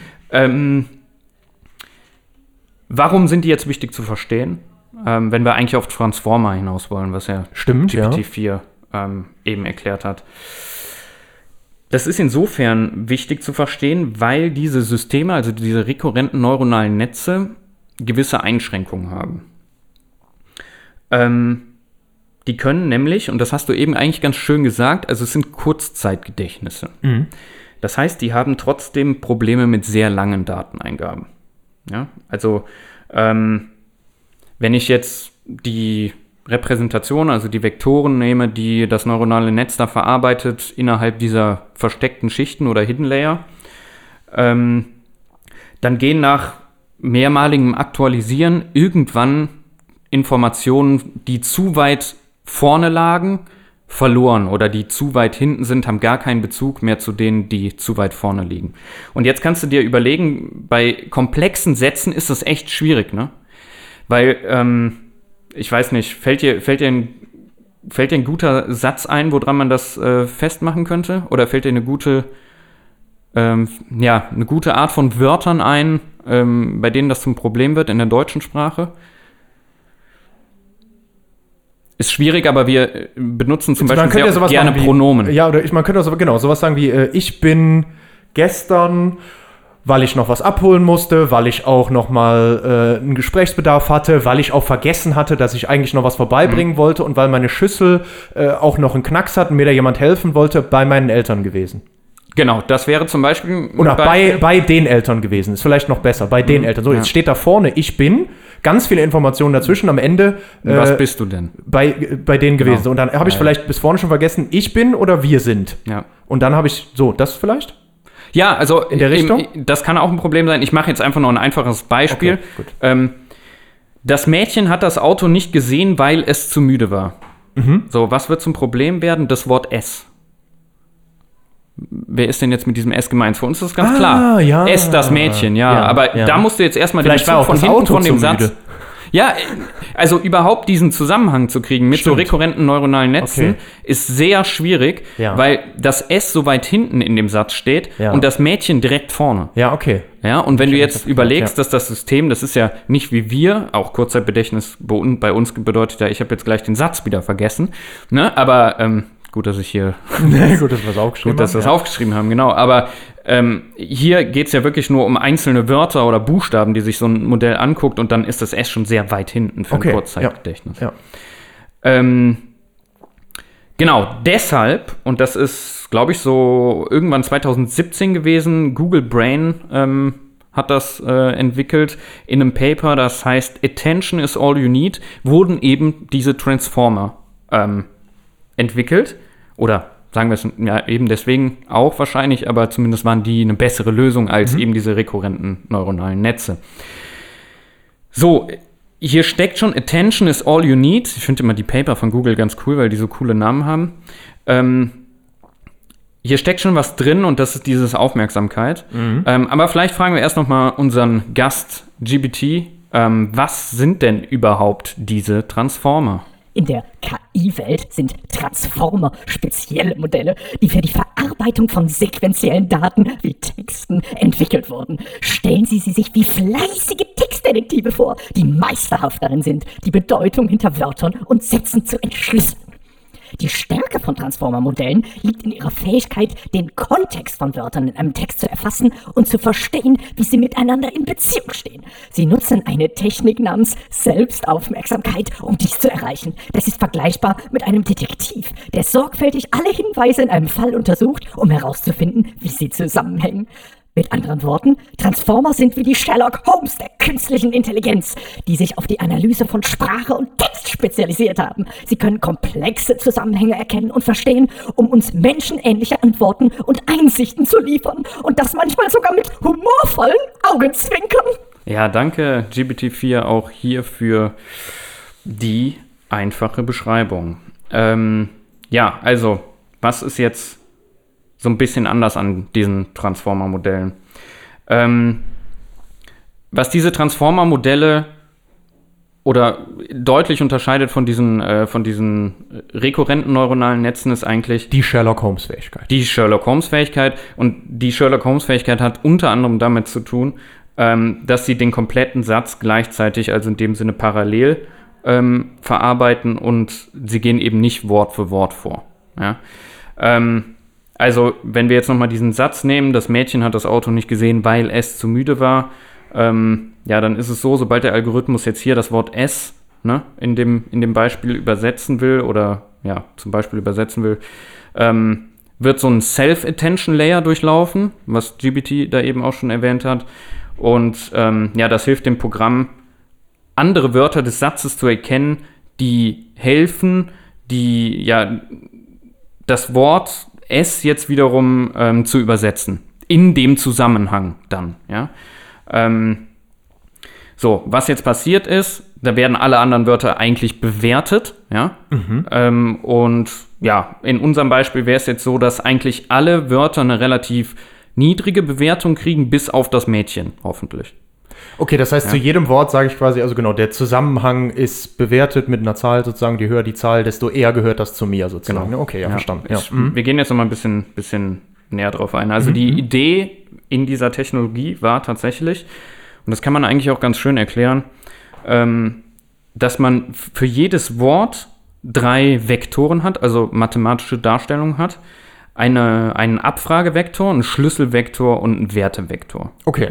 Warum sind die jetzt wichtig zu verstehen? Wenn wir eigentlich auf Transformer hinaus wollen, was ja GPT-4 eben erklärt hat. Das ist insofern wichtig zu verstehen, weil diese Systeme, also diese rekurrenten neuronalen Netze, gewisse Einschränkungen haben. Die können nämlich, und das hast du eben eigentlich ganz schön gesagt, also es sind Kurzzeitgedächtnisse. Das heißt, die haben trotzdem Probleme mit sehr langen Dateneingaben. Ja? Also wenn ich jetzt die Repräsentation, also die Vektoren nehme, die das neuronale Netz da verarbeitet innerhalb dieser versteckten Schichten oder Hidden Layer, dann gehen nach mehrmaligem Aktualisieren irgendwann Informationen, die zu weit vorne lagen, verloren oder die zu weit hinten sind, haben gar keinen Bezug mehr zu denen, die zu weit vorne liegen. Und jetzt kannst du dir überlegen, bei komplexen Sätzen ist das echt schwierig, ne? Weil, ich weiß nicht, fällt dir ein guter Satz ein, woran man das festmachen könnte? Oder fällt dir eine gute Art von Wörtern ein, bei denen das zum Problem wird in der deutschen Sprache? Ist schwierig, aber wir benutzen zum Beispiel sehr gerne Pronomen. Ja, oder man könnte sowas sagen wie, ich bin gestern, weil ich noch was abholen musste, weil ich auch noch mal einen Gesprächsbedarf hatte, weil ich auch vergessen hatte, dass ich eigentlich noch was vorbeibringen wollte und weil meine Schüssel auch noch einen Knacks hat und mir da jemand helfen wollte, bei meinen Eltern gewesen. Genau, das wäre zum Beispiel... Oder bei den Eltern gewesen, ist vielleicht noch besser, bei den Eltern. So, jetzt steht da vorne, ich bin, ganz viele Informationen dazwischen, am Ende... was bist du denn? Bei denen gewesen. Genau. Und dann habe ich vielleicht bis vorne schon vergessen, ich bin oder wir sind. Ja. Und dann habe ich, das vielleicht? Ja, also in der Richtung? Das kann auch ein Problem sein. Ich mache jetzt einfach noch ein einfaches Beispiel. Okay, gut. Das Mädchen hat das Auto nicht gesehen, weil es zu müde war. So, was wird zum Problem werden? Das Wort es. Wer ist denn jetzt mit diesem S gemeint? Für uns ist das ganz klar. Ja. S, das Mädchen, aber da musst du jetzt erstmal den Bezug von hinten von dem Satz... Müde. Ja, also überhaupt diesen Zusammenhang zu kriegen mit so rekurrenten neuronalen Netzen ist sehr schwierig, weil das S so weit hinten in dem Satz steht und das Mädchen direkt vorne. Ja, okay. Ja, und wenn du jetzt überlegst, dass das System, das ist ja nicht wie wir, auch Kurzzeitgedächtnis bei uns bedeutet ja, ich habe jetzt gleich den Satz wieder vergessen, ne? Aber gut, dass ich hier... gut, dass wir es aufgeschrieben haben, genau. Aber hier geht es ja wirklich nur um einzelne Wörter oder Buchstaben, die sich so ein Modell anguckt und dann ist das S schon sehr weit hinten für ein Kurzzeitgedächtnis. Ja. Genau, deshalb, und das ist, glaube ich, so irgendwann 2017 gewesen, Google Brain hat das entwickelt in einem Paper, das heißt Attention is all you need, wurden eben diese Transformer entwickelt. Oder sagen wir es ja eben deswegen auch wahrscheinlich, aber zumindest waren die eine bessere Lösung als eben diese rekurrenten neuronalen Netze. So, hier steckt schon Attention is all you need. Ich finde immer die Paper von Google ganz cool, weil die so coole Namen haben. Hier steckt schon was drin und das ist dieses Aufmerksamkeit. Aber vielleicht fragen wir erst noch mal unseren Gast GPT. Was sind denn überhaupt diese Transformer? In der KI-Welt sind Transformer spezielle Modelle, die für die Verarbeitung von sequentiellen Daten wie Texten entwickelt wurden. Stellen Sie sich wie fleißige Textdetektive vor, die meisterhaft darin sind, die Bedeutung hinter Wörtern und Sätzen zu entschlüsseln. Die Stärke von Transformer-Modellen liegt in ihrer Fähigkeit, den Kontext von Wörtern in einem Text zu erfassen und zu verstehen, wie sie miteinander in Beziehung stehen. Sie nutzen eine Technik namens Selbstaufmerksamkeit, um dies zu erreichen. Das ist vergleichbar mit einem Detektiv, der sorgfältig alle Hinweise in einem Fall untersucht, um herauszufinden, wie sie zusammenhängen. Mit anderen Worten, Transformer sind wie die Sherlock Holmes der künstlichen Intelligenz, die sich auf die Analyse von Sprache und Text spezialisiert haben. Sie können komplexe Zusammenhänge erkennen und verstehen, um uns menschenähnliche Antworten und Einsichten zu liefern. Und das manchmal sogar mit humorvollen Augenzwinkern. Ja, danke GPT-4 auch hier für die einfache Beschreibung. Ja, also, was ist jetzt so ein bisschen anders an diesen Transformer-Modellen? Was diese Transformer-Modelle oder deutlich unterscheidet von diesen rekurrenten neuronalen Netzen ist eigentlich Die Sherlock Holmes-Fähigkeit. die Sherlock Holmes-Fähigkeit. Und die Sherlock Holmes-Fähigkeit hat unter anderem damit zu tun, dass sie den kompletten Satz gleichzeitig, also in dem Sinne parallel, verarbeiten und sie gehen eben nicht Wort für Wort vor. Ja? Also, wenn wir jetzt nochmal diesen Satz nehmen, das Mädchen hat das Auto nicht gesehen, weil es zu müde war, ja, dann ist es so, sobald der Algorithmus jetzt hier das Wort es, ne, in dem Beispiel übersetzen will oder ja, zum Beispiel übersetzen will, wird so ein Self-Attention-Layer durchlaufen, was GPT da eben auch schon erwähnt hat. Und ja, das hilft dem Programm, andere Wörter des Satzes zu erkennen, die helfen, die ja das Wort es jetzt wiederum zu übersetzen. In dem Zusammenhang dann, ja. So, was jetzt passiert ist, da werden alle anderen Wörter eigentlich bewertet, ja. Und ja, in unserem Beispiel wäre es jetzt so, dass eigentlich alle Wörter eine relativ niedrige Bewertung kriegen, bis auf das Mädchen, hoffentlich. Okay, das heißt, zu jedem Wort sage ich quasi, also genau, der Zusammenhang ist bewertet mit einer Zahl sozusagen, je höher die Zahl, desto eher gehört das zu mir sozusagen. Genau. Okay, ja, verstanden. Ja. Wir gehen jetzt noch mal ein bisschen näher drauf ein. Also die Idee in dieser Technologie war tatsächlich, und das kann man eigentlich auch ganz schön erklären, dass man für jedes Wort 3 Vektoren hat, also mathematische Darstellungen hat. Einen Abfragevektor, einen Schlüsselvektor und einen Wertevektor. Okay.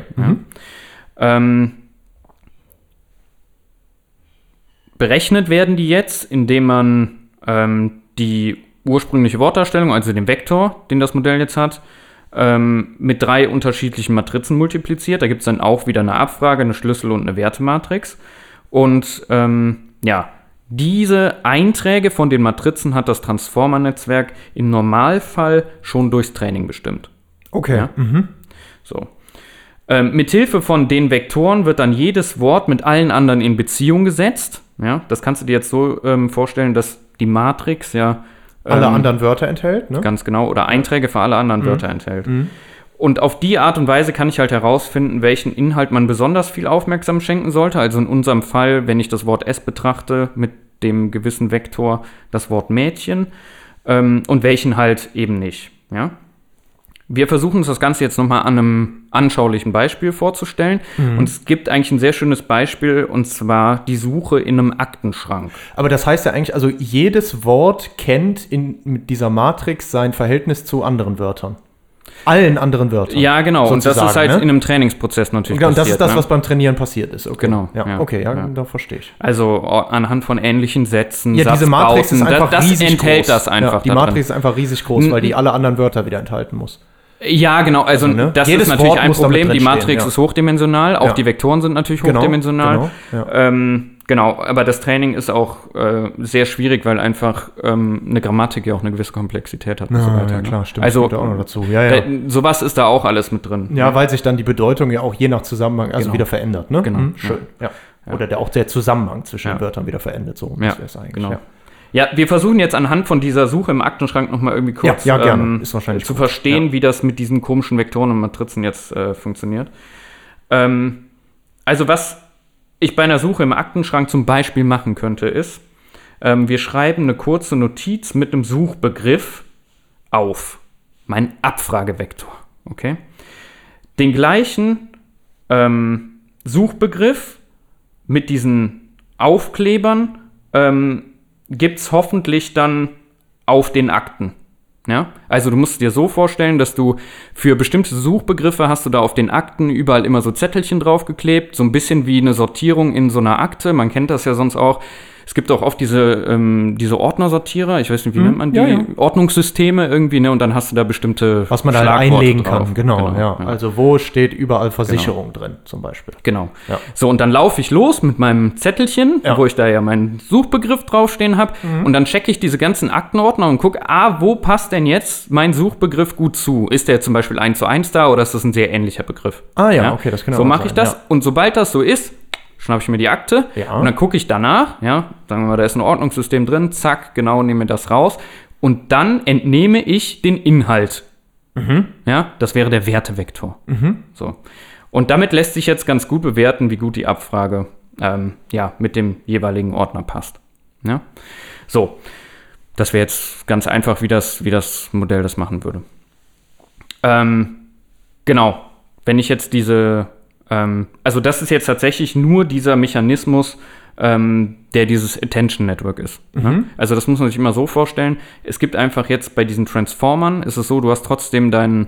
Berechnet werden die jetzt, indem man die ursprüngliche Wortdarstellung, also den Vektor, den das Modell jetzt hat, mit 3 unterschiedlichen Matrizen multipliziert. Da gibt es dann auch wieder eine Abfrage, eine Schlüssel- und eine Wertematrix. Und ja, diese Einträge von den Matrizen hat das Transformer-Netzwerk im Normalfall schon durchs Training bestimmt. Okay. Ja? So. Mithilfe von den Vektoren wird dann jedes Wort mit allen anderen in Beziehung gesetzt. Ja? Das kannst du dir jetzt so vorstellen, dass die Matrix ja Alle anderen Wörter enthält, ne? Ganz genau, oder Einträge für alle anderen Wörter enthält. Und auf die Art und Weise kann ich halt herausfinden, welchen Inhalt man besonders viel Aufmerksamkeit schenken sollte. Also in unserem Fall, wenn ich das Wort es betrachte, mit dem gewissen Vektor das Wort Mädchen und welchen halt eben nicht. Ja? Wir versuchen uns das Ganze jetzt nochmal an einem anschaulichen Beispiel vorzustellen. Und es gibt eigentlich ein sehr schönes Beispiel, und zwar die Suche in einem Aktenschrank. Aber das heißt ja eigentlich, also jedes Wort kennt mit dieser Matrix sein Verhältnis zu anderen Wörtern. Allen anderen Wörtern. Ja, genau. Und das ist halt ne? in einem Trainingsprozess natürlich genau, passiert. Und das ist das, ne? was beim Trainieren passiert ist. Okay. Genau. Ja. Okay, da verstehe ich. Also anhand von ähnlichen Sätzen, Ja, diese Matrix ist einfach das riesig enthält groß. das einfach. Ja, die Matrix ist einfach riesig groß, weil die alle anderen Wörter wieder enthalten muss. Ja, genau. Also ne? das Jedes ist natürlich Wort ein muss damit Problem. Die drinstehen, Matrix ja. ist hochdimensional. Auch Ja. die Vektoren sind natürlich Genau, hochdimensional. genau, Genau, aber das Training ist auch sehr schwierig, weil einfach eine Grammatik ja auch eine gewisse Komplexität hat und so weiter. Ja, ne? klar, stimmt. Also Kommt auch noch dazu. Ja. sowas ist da auch alles mit drin. Ja, weil sich dann die Bedeutung ja auch je nach Zusammenhang Genau. wieder verändert. Ne? Genau. Schön. Ja. Oder auch der Zusammenhang zwischen den Wörtern wieder verändert. So Ja, wäre es eigentlich. genau. Ja. Ja, wir versuchen jetzt anhand von dieser Suche im Aktenschrank nochmal irgendwie kurz Ja, gerne. Ist wahrscheinlich zu gut. verstehen, Ja. wie das mit diesen komischen Vektoren und Matrizen jetzt funktioniert. Also was ich bei einer Suche im Aktenschrank zum Beispiel machen könnte, ist, wir schreiben eine kurze Notiz mit einem Suchbegriff auf. Mein Abfragevektor. Okay? Den gleichen Suchbegriff mit diesen Aufklebern gibt es hoffentlich dann auf den Akten. Ja? Also du musst dir so vorstellen, dass du für bestimmte Suchbegriffe hast du da auf den Akten überall immer so Zettelchen draufgeklebt, so ein bisschen wie eine Sortierung in so einer Akte. Man kennt das ja sonst auch. Es gibt auch oft diese Ordnersortierer, ich weiß nicht, wie nennt man die? Ja. Ordnungssysteme irgendwie, ne? Und dann hast du da bestimmte Was man da Schlagworte einlegen kann. drauf. Genau. Also wo steht überall Versicherung drin zum Beispiel. Genau. Ja. So, und dann laufe ich los mit meinem Zettelchen, wo ich da ja meinen Suchbegriff draufstehen habe. Und dann checke ich diese ganzen Aktenordner und gucke, wo passt denn jetzt mein Suchbegriff gut zu? Ist der zum Beispiel 1:1 da oder ist das ein sehr ähnlicher Begriff? Okay, das kann So auch mache sein, ich das. ja. Und sobald das so ist, schnappe ich mir die Akte Ja. und dann gucke ich danach, sagen wir mal, da ist ein Ordnungssystem drin, zack, genau, nehme das raus. Und dann entnehme ich den Inhalt. Ja, das wäre der Wertevektor. So. Und damit lässt sich jetzt ganz gut bewerten, wie gut die Abfrage mit dem jeweiligen Ordner passt. Ja? So, das wäre jetzt ganz einfach, wie das Modell das machen würde. Genau, wenn ich jetzt also das ist jetzt tatsächlich nur dieser Mechanismus, der dieses Attention Network ist. Ne? Also das muss man sich immer so vorstellen. Es gibt einfach jetzt bei diesen Transformern, ist es so, du hast trotzdem deine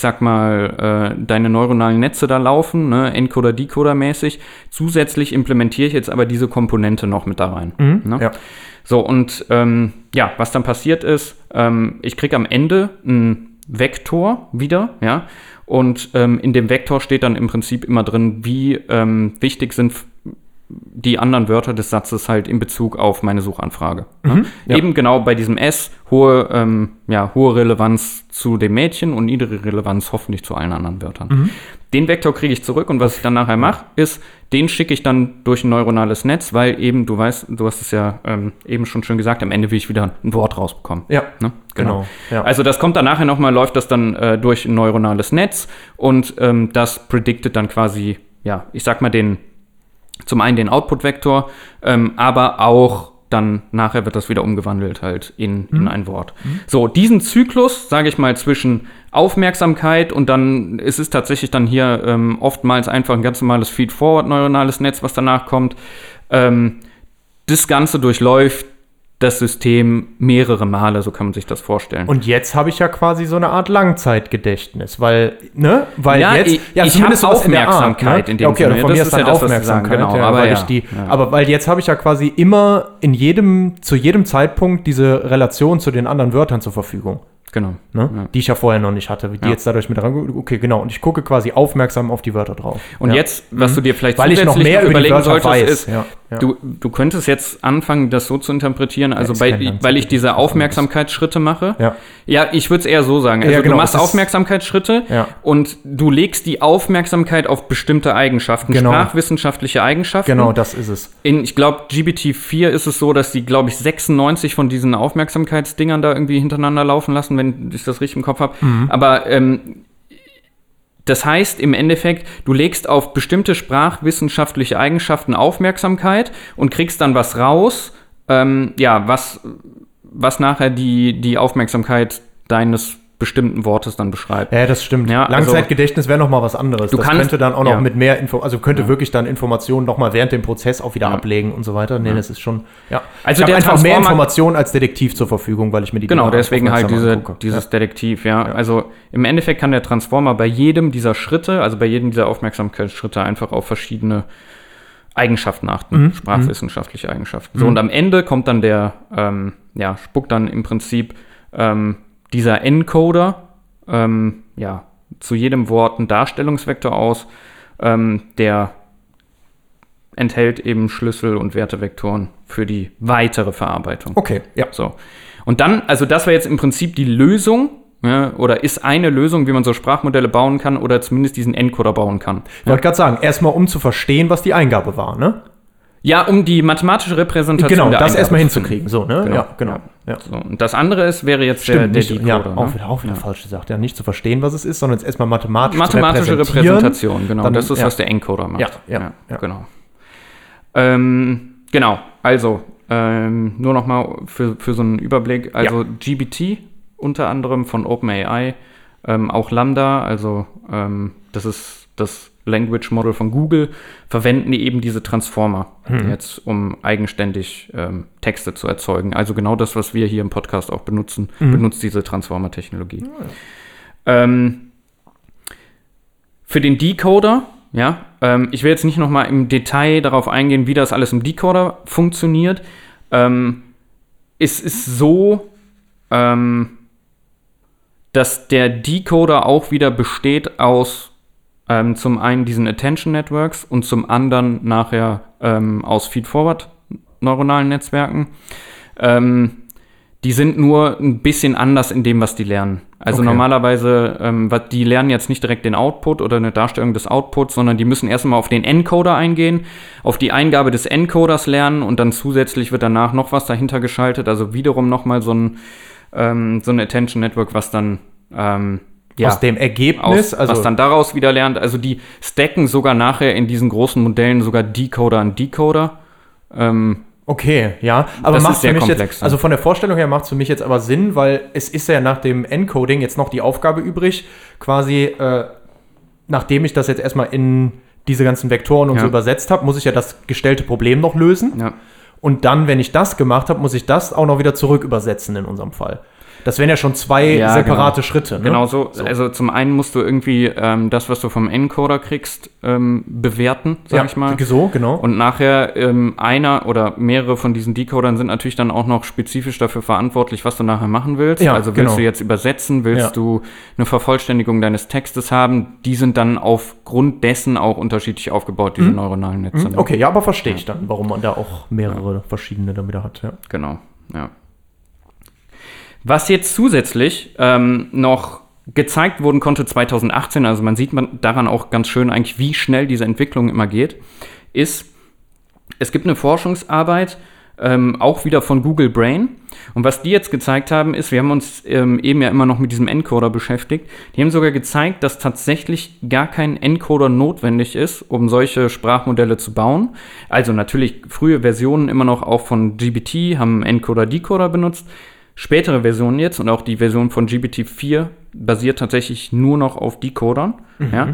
neuronalen Netze da laufen, ne? Encoder-Decoder-mäßig. Zusätzlich implementiere ich jetzt aber diese Komponente noch mit da rein. Ne? Ja. So, und was dann passiert ist, ich kriege am Ende einen Vektor wieder, ja, und in dem Vektor steht dann im Prinzip immer drin, wie wichtig sind die anderen Wörter des Satzes halt in Bezug auf meine Suchanfrage. Ne? Ja. Eben genau bei diesem S, hohe Relevanz zu dem Mädchen und niedrige Relevanz hoffentlich zu allen anderen Wörtern. Den Vektor kriege ich zurück und was ich dann nachher mache, ist, den schicke ich dann durch ein neuronales Netz, weil eben, du hast es ja eben schon schön gesagt, am Ende will ich wieder ein Wort rausbekommen. Ja, ne? genau. Ja. Also das kommt dann nachher nochmal, läuft das dann durch ein neuronales Netz und das predicted dann quasi, ich sag mal zum einen den Output-Vektor, aber auch dann nachher wird das wieder umgewandelt halt in ein Wort. So, diesen Zyklus, sage ich mal, zwischen Aufmerksamkeit und dann ist es tatsächlich dann hier oftmals einfach ein ganz normales Feed-Forward-neuronales Netz, was danach kommt. Das Ganze durchläuft das System mehrere Male, so kann man sich das vorstellen. Und jetzt habe ich ja quasi so eine Art Langzeitgedächtnis, weil ich zumindest habe sowas in der Art, Aufmerksamkeit in dem okay, Sinne. Von mir Das ist ist ja dann das, was Sie sagen, Aufmerksamkeit, genau, aber weil jetzt habe ich ja quasi immer zu jedem Zeitpunkt diese Relation zu den anderen Wörtern zur Verfügung. Genau. Ne? Ja. Die ich ja vorher noch nicht hatte, die jetzt dadurch mit dran. Okay, genau. Und ich gucke quasi aufmerksam auf die Wörter drauf. Und jetzt, was du dir vielleicht weil ich noch mehr über die Wörter weiß, ist, du könntest jetzt anfangen, das so zu interpretieren, also Ja, weil ich diese Aufmerksamkeitsschritte mache. Ja, Ich würde es eher so sagen. Also du machst Aufmerksamkeitsschritte und du legst die Aufmerksamkeit auf bestimmte Eigenschaften, sprachwissenschaftliche Eigenschaften. Genau, das ist es. Ich glaube, GPT-4 ist es so, dass die, glaube ich, 96 von diesen Aufmerksamkeitsdingern da irgendwie hintereinander laufen lassen, wenn ich das richtig im Kopf habe. Aber das heißt im Endeffekt, du legst auf bestimmte sprachwissenschaftliche Eigenschaften Aufmerksamkeit und kriegst dann was raus, was nachher die Aufmerksamkeit deines bestimmten Wortes dann beschreibt. Ja, das stimmt. Ja, Langzeitgedächtnis wäre noch mal was anderes. Das könnte dann auch noch mit mehr wirklich dann Informationen noch mal während dem Prozess auch wieder ablegen und so weiter. Nee, das ist schon, Also ich der habe einfach mehr Informationen als Detektiv zur Verfügung, weil ich mir die deswegen halt dieses Detektiv, Also im Endeffekt kann der Transformer bei jedem dieser Schritte, also bei jedem dieser Aufmerksamkeitsschritte einfach auf verschiedene Eigenschaften achten, sprachwissenschaftliche Eigenschaften. So, und am Ende kommt dann spuckt dann im Prinzip dieser Encoder zu jedem Wort einen Darstellungsvektor aus, der enthält eben Schlüssel- und Wertevektoren für die weitere Verarbeitung. Okay, ja. So. Und dann, also das war jetzt im Prinzip die Lösung, ja, oder ist eine Lösung, wie man so Sprachmodelle bauen kann oder zumindest diesen Encoder bauen kann. Ich wollte gerade sagen, erstmal um zu verstehen, was die Eingabe war, ne? Ja, um die mathematische Repräsentation Genau, der das Eingabe erstmal zu hinzukriegen, so, ne? Genau, Ja, genau. Ja. So, und das andere wäre jetzt Stimmt, der nicht, Decoder. ja, Ne? auch wieder falsch gesagt. Ja, nicht zu verstehen, was es ist, sondern jetzt erstmal mathematisch Mathematische zu repräsentieren. Repräsentation, genau. Dann, das ist, was der Encoder macht. Ja. Genau. Genau, also nur noch mal für so einen Überblick. Also GPT unter anderem von OpenAI, auch Lambda, also das ist das Language Model von Google, verwenden die eben diese Transformer jetzt, um eigenständig Texte zu erzeugen. Also genau das, was wir hier im Podcast auch benutzen, benutzt diese Transformer-Technologie. Für den Decoder, ich will jetzt nicht noch mal im Detail darauf eingehen, wie das alles im Decoder funktioniert. Es ist so, dass der Decoder auch wieder besteht aus zum einen diesen Attention Networks und zum anderen nachher aus Feed-Forward neuronalen Netzwerken. Die sind nur ein bisschen anders in dem, was die lernen. Also normalerweise, die lernen jetzt nicht direkt den Output oder eine Darstellung des Outputs, sondern die müssen erstmal auf den Encoder eingehen, auf die Eingabe des Encoders lernen und dann zusätzlich wird danach noch was dahinter geschaltet. Also wiederum nochmal so ein Attention Network, was dann aus dem Ergebnis, was dann daraus wieder lernt. Also die stacken sogar nachher in diesen großen Modellen sogar Decoder an Decoder. Okay, ja. Aber das macht ist sehr für mich komplex, jetzt, also von der Vorstellung her macht es für mich jetzt aber Sinn, weil es ist ja nach dem Encoding jetzt noch die Aufgabe übrig, quasi, nachdem ich das jetzt erstmal in diese ganzen Vektoren und so übersetzt habe, muss ich ja das gestellte Problem noch lösen. Ja. Und dann, wenn ich das gemacht habe, muss ich das auch noch wieder zurück übersetzen in unserem Fall. Das wären ja schon zwei separate Schritte. Ne? Genau so. Also zum einen musst du irgendwie das, was du vom Encoder kriegst, bewerten, sag ich mal. So, genau. Und nachher einer oder mehrere von diesen Decodern sind natürlich dann auch noch spezifisch dafür verantwortlich, was du nachher machen willst. Ja, also willst du jetzt übersetzen, willst du eine Vervollständigung deines Textes haben, die sind dann aufgrund dessen auch unterschiedlich aufgebaut, diese neuronalen Netze. Okay, ja, aber verstehe ich dann, warum man da auch mehrere verschiedene dann wieder hat. Ja. Genau, ja. Was jetzt zusätzlich noch gezeigt wurden konnte 2018, also man sieht daran auch ganz schön eigentlich, wie schnell diese Entwicklung immer geht, ist, es gibt eine Forschungsarbeit, auch wieder von Google Brain. Und was die jetzt gezeigt haben, ist, wir haben uns eben ja immer noch mit diesem Encoder beschäftigt, die haben sogar gezeigt, dass tatsächlich gar kein Encoder notwendig ist, um solche Sprachmodelle zu bauen. Also natürlich frühe Versionen immer noch auch von GPT haben Encoder-Decoder benutzt. Spätere Versionen jetzt und auch die Version von GPT-4 basiert tatsächlich nur noch auf Decodern. Ja?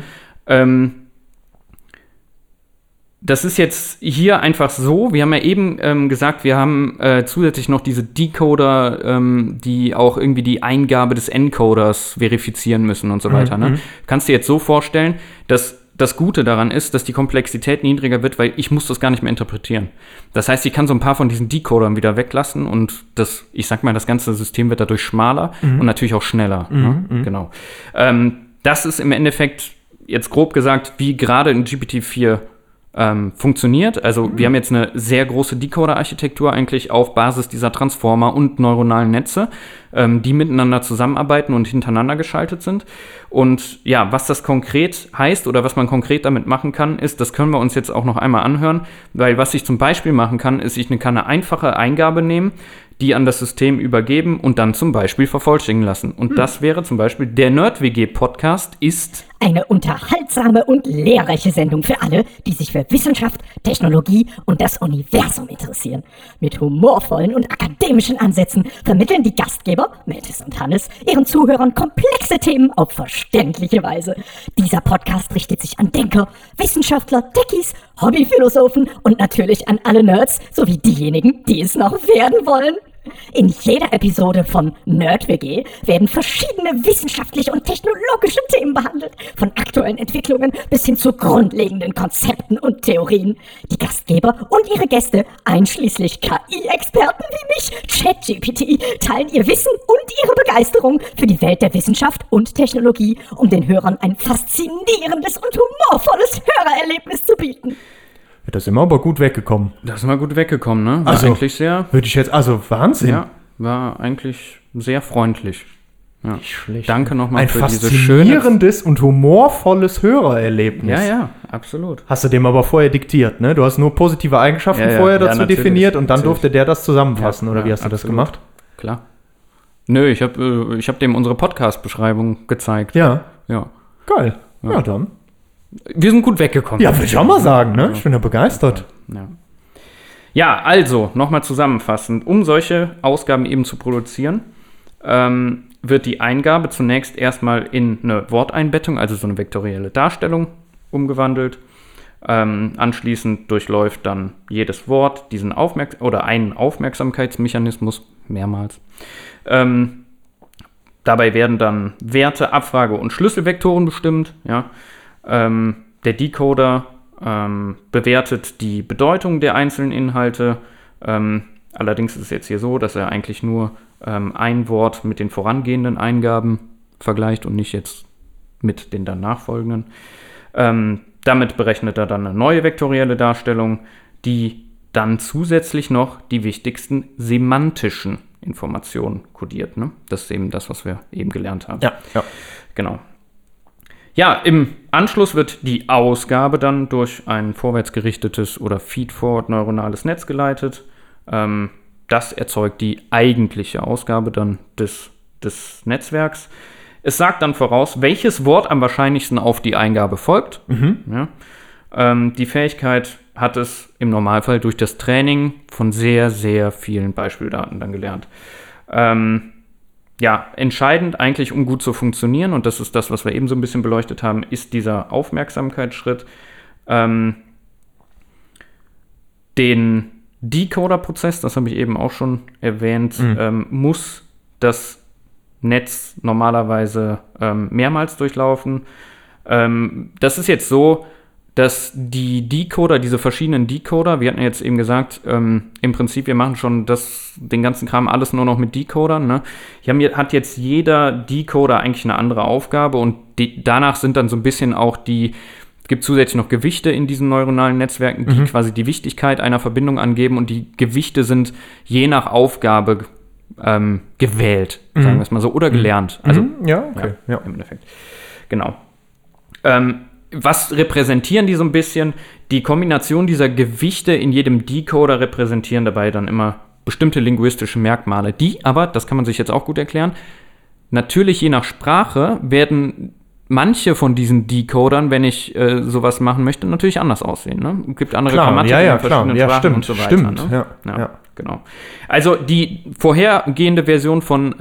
Das ist jetzt hier einfach so, wir haben ja eben gesagt, wir haben zusätzlich noch diese Decoder, die auch irgendwie die Eingabe des Encoders verifizieren müssen und so weiter. Ne? Kannst du dir jetzt so vorstellen, dass das Gute daran ist, dass die Komplexität niedriger wird, weil ich muss das gar nicht mehr interpretieren. Das heißt, ich kann so ein paar von diesen Decodern wieder weglassen und das ganze System wird dadurch schmaler und natürlich auch schneller. Ne? Genau. Das ist im Endeffekt, jetzt grob gesagt, wie gerade in GPT-4 funktioniert. Also wir haben jetzt eine sehr große Decoder-Architektur eigentlich auf Basis dieser Transformer und neuronalen Netze, die miteinander zusammenarbeiten und hintereinander geschaltet sind. Und ja, was das konkret heißt oder was man konkret damit machen kann, ist, das können wir uns jetzt auch noch einmal anhören, weil was ich zum Beispiel machen kann, ist, ich kann eine einfache Eingabe nehmen, die an das System übergeben und dann zum Beispiel vervollständigen lassen. Und das wäre zum Beispiel der Nerd-WG-Podcast ist eine unterhaltsame und lehrreiche Sendung für alle, die sich für Wissenschaft, Technologie und das Universum interessieren. Mit humorvollen und akademischen Ansätzen vermitteln die Gastgeber, Mattis und Hannes, ihren Zuhörern komplexe Themen auf verständliche Weise. Dieser Podcast richtet sich an Denker, Wissenschaftler, Techies, Hobbyphilosophen und natürlich an alle Nerds, sowie diejenigen, die es noch werden wollen. In jeder Episode von NerdWG werden verschiedene wissenschaftliche und technologische Themen behandelt, von aktuellen Entwicklungen bis hin zu grundlegenden Konzepten und Theorien. Die Gastgeber und ihre Gäste, einschließlich KI-Experten wie mich, ChatGPT, teilen ihr Wissen und ihre Begeisterung für die Welt der Wissenschaft und Technologie, um den Hörern ein faszinierendes und humorvolles Hörererlebnis zu bieten. Da sind wir aber gut weggekommen. Da sind wir gut weggekommen, ne? War Also, eigentlich sehr, Würde ich jetzt, also Wahnsinn. ja, war eigentlich sehr freundlich. Ja. Nicht schlecht. Danke nochmal Ein für diese schöne... faszinierendes und humorvolles Hörererlebnis. Ja, ja, absolut. Hast du dem aber vorher diktiert, ne? Du hast nur positive Eigenschaften Ja, ja. vorher Ja, dazu natürlich. definiert und dann Natürlich. durfte der das zusammenfassen, Ja, oder wie ja, hast du das absolut. gemacht? Klar. Nö, ich hab dem unsere Podcast-Beschreibung gezeigt. Ja, Ja. geil. Ja, dann. Wir sind gut weggekommen. Ja, würde ich auch mal sagen, ne? Ich bin ja begeistert. Ja, also, nochmal zusammenfassend. Um solche Ausgaben eben zu produzieren, wird die Eingabe zunächst erstmal in eine Worteinbettung, also so eine vektorielle Darstellung, umgewandelt. Anschließend durchläuft dann jedes Wort diesen einen Aufmerksamkeitsmechanismus mehrmals. Dabei werden dann Werte, Abfrage- und Schlüsselvektoren bestimmt. Ja? Der Decoder bewertet die Bedeutung der einzelnen Inhalte. Allerdings ist es jetzt hier so, dass er eigentlich nur ein Wort mit den vorangehenden Eingaben vergleicht und nicht jetzt mit den dann nachfolgenden. Damit berechnet er dann eine neue vektorielle Darstellung, die dann zusätzlich noch die wichtigsten semantischen Informationen kodiert. Ne? Das ist eben das, was wir eben gelernt haben. Ja. Genau. Ja, im Anschluss wird die Ausgabe dann durch ein vorwärtsgerichtetes oder feed-forward neuronales Netz geleitet. Das erzeugt die eigentliche Ausgabe dann des Netzwerks. Es sagt dann voraus, welches Wort am wahrscheinlichsten auf die Eingabe folgt. Ja. Die Fähigkeit hat es im Normalfall durch das Training von sehr, sehr vielen Beispieldaten dann gelernt. Ja, entscheidend eigentlich, um gut zu funktionieren, und das ist das, was wir eben so ein bisschen beleuchtet haben, ist dieser Aufmerksamkeitsschritt. Den Decoder-Prozess, das habe ich eben auch schon erwähnt, muss das Netz normalerweise mehrmals durchlaufen. Das ist jetzt so, dass die Decoder, diese verschiedenen Decoder, wir hatten ja jetzt eben gesagt, im Prinzip, wir machen schon den ganzen Kram alles nur noch mit Decodern. Ne? Hier hat jetzt jeder Decoder eigentlich eine andere Aufgabe und danach sind dann so ein bisschen auch es gibt zusätzlich noch Gewichte in diesen neuronalen Netzwerken, die quasi die Wichtigkeit einer Verbindung angeben und die Gewichte sind je nach Aufgabe gewählt, sagen wir es mal so, oder gelernt. Also, Ja, okay. Ja. im Endeffekt. Genau. Was repräsentieren die so ein bisschen? Die Kombination dieser Gewichte in jedem Decoder repräsentieren dabei dann immer bestimmte linguistische Merkmale, die aber, das kann man sich jetzt auch gut erklären, natürlich je nach Sprache werden manche von diesen Decodern, wenn ich sowas machen möchte, natürlich anders aussehen. Ne? Es gibt andere Grammatik in verschiedenen Sprachen und so weiter. Stimmt. Ne? Ja. Genau. Also die vorhergehende Version von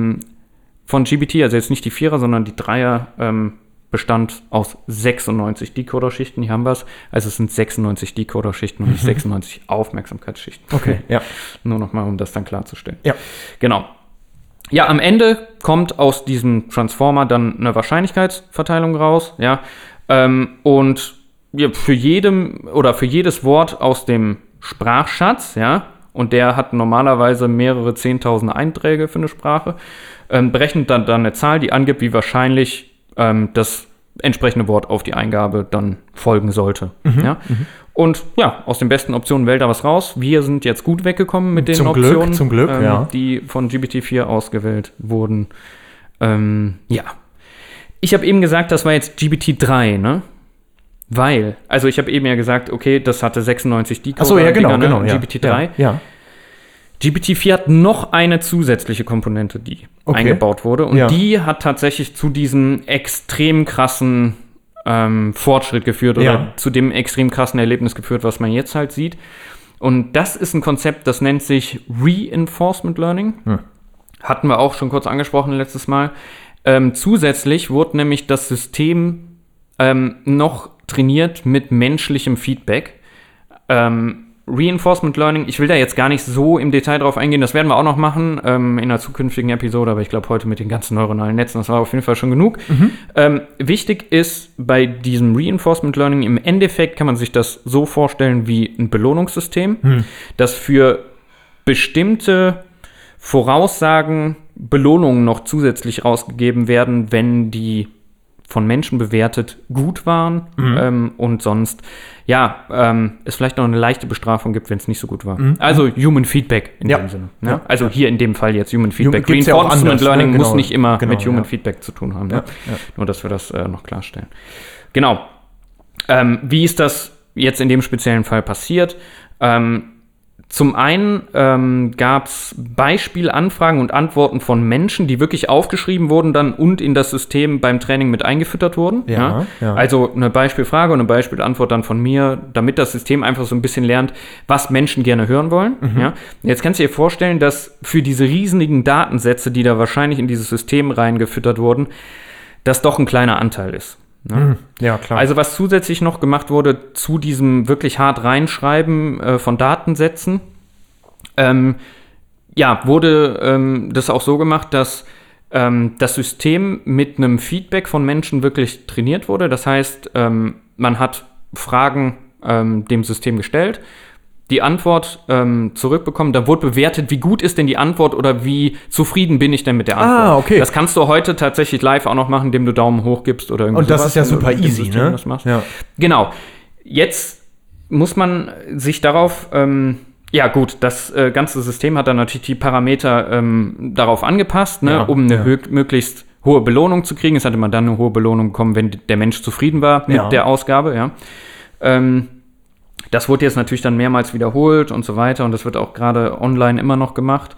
GBT, also jetzt nicht die 4er, sondern die 3er, bestand aus 96 Decoder-Schichten, hier haben wir es. Also es sind 96 Decoder-Schichten und nicht 96 Aufmerksamkeitsschichten. Okay, ja. Nur nochmal, um das dann klarzustellen. Ja. Genau. Ja, am Ende kommt aus diesem Transformer dann eine Wahrscheinlichkeitsverteilung raus, ja. Und ja, für jedes Wort aus dem Sprachschatz, ja, und der hat normalerweise mehrere 10.000 Einträge für eine Sprache, berechnet dann eine Zahl, die angibt, wie wahrscheinlich das entsprechende Wort auf die Eingabe dann folgen sollte. Ja? Und ja, aus den besten Optionen wählt er was raus. Wir sind jetzt gut weggekommen mit den Optionen, Zum Glück, ja. die von GPT-4 ausgewählt wurden. Ja. Ich habe eben gesagt, das war jetzt GPT-3, ne? Weil, also ich habe eben ja gesagt, okay, das hatte 96 Decoder. Achso, ja, genau, Dinger, genau. ne? Ja. GPT-3. Ja. GPT-4 hat noch eine zusätzliche Komponente, die eingebaut wurde. Und die hat tatsächlich zu diesem extrem krassen Fortschritt geführt oder zu dem extrem krassen Erlebnis geführt, was man jetzt halt sieht. Und das ist ein Konzept, das nennt sich Reinforcement Learning. Hatten wir auch schon kurz angesprochen letztes Mal. Zusätzlich wurde nämlich das System noch trainiert mit menschlichem Feedback. Reinforcement Learning, ich will da jetzt gar nicht so im Detail drauf eingehen, das werden wir auch noch machen in einer zukünftigen Episode, aber ich glaube heute mit den ganzen neuronalen Netzen, das war auf jeden Fall schon genug. Wichtig ist bei diesem Reinforcement Learning, im Endeffekt kann man sich das so vorstellen wie ein Belohnungssystem, das für bestimmte Voraussagen Belohnungen noch zusätzlich rausgegeben werden, wenn die von Menschen bewertet gut waren und sonst es vielleicht noch eine leichte Bestrafung gibt, wenn es nicht so gut war. Also Human Feedback in dem Sinne. Ne? Ja. Also hier in dem Fall jetzt Human Feedback. Gibt's ja auch Reinforcement anders, Learning ne? muss nicht immer Genau, mit Human Feedback zu tun haben. Ne? Ja. Nur, dass wir das noch klarstellen. Genau. Wie ist das jetzt in dem speziellen Fall passiert? Zum einen gab es Beispielanfragen und Antworten von Menschen, die wirklich aufgeschrieben wurden dann und in das System beim Training mit eingefüttert wurden. Ja. Also eine Beispielfrage und eine Beispielantwort dann von mir, damit das System einfach so ein bisschen lernt, was Menschen gerne hören wollen. Ja? Jetzt kannst du dir vorstellen, dass für diese riesigen Datensätze, die da wahrscheinlich in dieses System reingefüttert wurden, das doch ein kleiner Anteil ist. Ne? Ja, klar. Also was zusätzlich noch gemacht wurde zu diesem wirklich hart reinschreiben von Datensätzen, wurde das auch so gemacht, dass das System mit einem Feedback von Menschen wirklich trainiert wurde. Das heißt, man hat Fragen dem System gestellt, die Antwort zurückbekommen, da wurde bewertet, wie gut ist denn die Antwort oder wie zufrieden bin ich denn mit der Antwort. Okay. Das kannst du heute tatsächlich live auch noch machen, indem du Daumen hoch gibst oder irgendwie Und das sowas, ist ja wenn du super mit dem easy, System ne? das machst. Ja. Genau. Jetzt muss man sich darauf, das ganze System hat dann natürlich die Parameter darauf angepasst, ne, um eine möglichst hohe Belohnung zu kriegen. Es hatte man dann eine hohe Belohnung bekommen, wenn der Mensch zufrieden war mit der Ausgabe, ja. Das wurde jetzt natürlich dann mehrmals wiederholt und so weiter und das wird auch gerade online immer noch gemacht.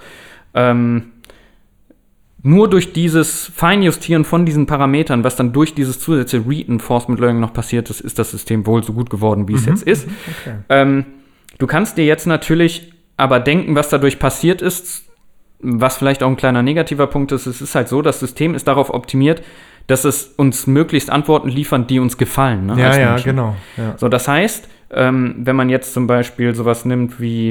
Nur durch dieses Feinjustieren von diesen Parametern, was dann durch dieses zusätzliche Reinforcement Learning noch passiert ist, ist das System wohl so gut geworden, wie es jetzt ist. Okay. Du kannst dir jetzt natürlich aber denken, was dadurch passiert ist, was vielleicht auch ein kleiner negativer Punkt ist. Es ist halt so, das System ist darauf optimiert, dass es uns möglichst Antworten liefert, die uns gefallen. Ne, als Menschen. Genau. Ja. So, das heißt, wenn man jetzt zum Beispiel sowas nimmt wie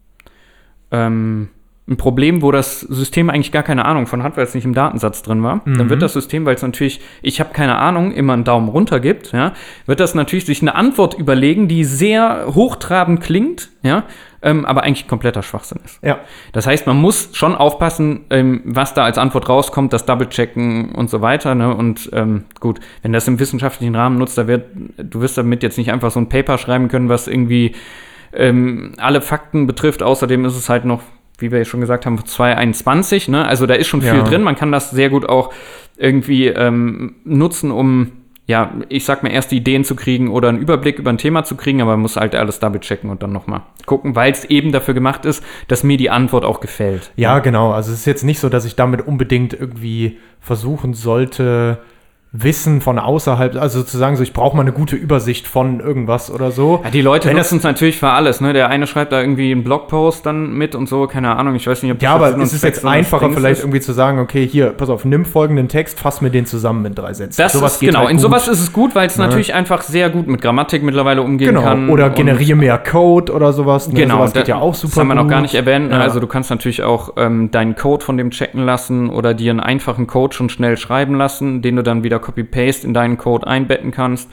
ein Problem, wo das System eigentlich gar keine Ahnung von hat, weil es nicht im Datensatz drin war, dann wird das System, weil es natürlich, ich habe keine Ahnung, immer einen Daumen runter gibt, ja, wird das natürlich sich eine Antwort überlegen, die sehr hochtrabend klingt, ja, aber eigentlich kompletter Schwachsinn ist. Ja. Das heißt, man muss schon aufpassen, was da als Antwort rauskommt, das Double-Checken und so weiter, ne? Und gut, wenn das im wissenschaftlichen Rahmen nutzt, du wirst damit jetzt nicht einfach so ein Paper schreiben können, was irgendwie alle Fakten betrifft. Außerdem ist es halt noch, wie wir ja schon gesagt haben, 2021, ne? Also da ist schon viel drin. Man kann das sehr gut auch irgendwie nutzen, um, ja, ich sag mal, erste Ideen zu kriegen oder einen Überblick über ein Thema zu kriegen, aber man muss halt alles double checken und dann nochmal gucken, weil es eben dafür gemacht ist, dass mir die Antwort auch gefällt. Ja, genau. Also es ist jetzt nicht so, dass ich damit unbedingt irgendwie versuchen sollte, Wissen von außerhalb, also sozusagen so, ich brauche mal eine gute Übersicht von irgendwas oder so. Ja, die Leute nutzen es natürlich für alles, ne? Der eine schreibt da irgendwie einen Blogpost dann mit und so, keine Ahnung, ich weiß nicht, ob das aber es ist jetzt einfacher vielleicht irgendwie zu sagen, okay, hier, pass auf, nimm folgenden Text, fass mir den zusammen in 3 Sätzen. Das sowas ist, genau, halt in sowas ist es gut, weil es natürlich einfach sehr gut mit Grammatik mittlerweile umgehen kann. Oder generiere mehr Code oder sowas. Ne? Genau, sowas geht ja auch super gut. Das haben wir noch gar nicht erwähnt. Ja. Also du kannst natürlich auch deinen Code von dem checken lassen oder dir einen einfachen Code schon schnell schreiben lassen, den du dann wieder copy-paste in deinen Code einbetten kannst.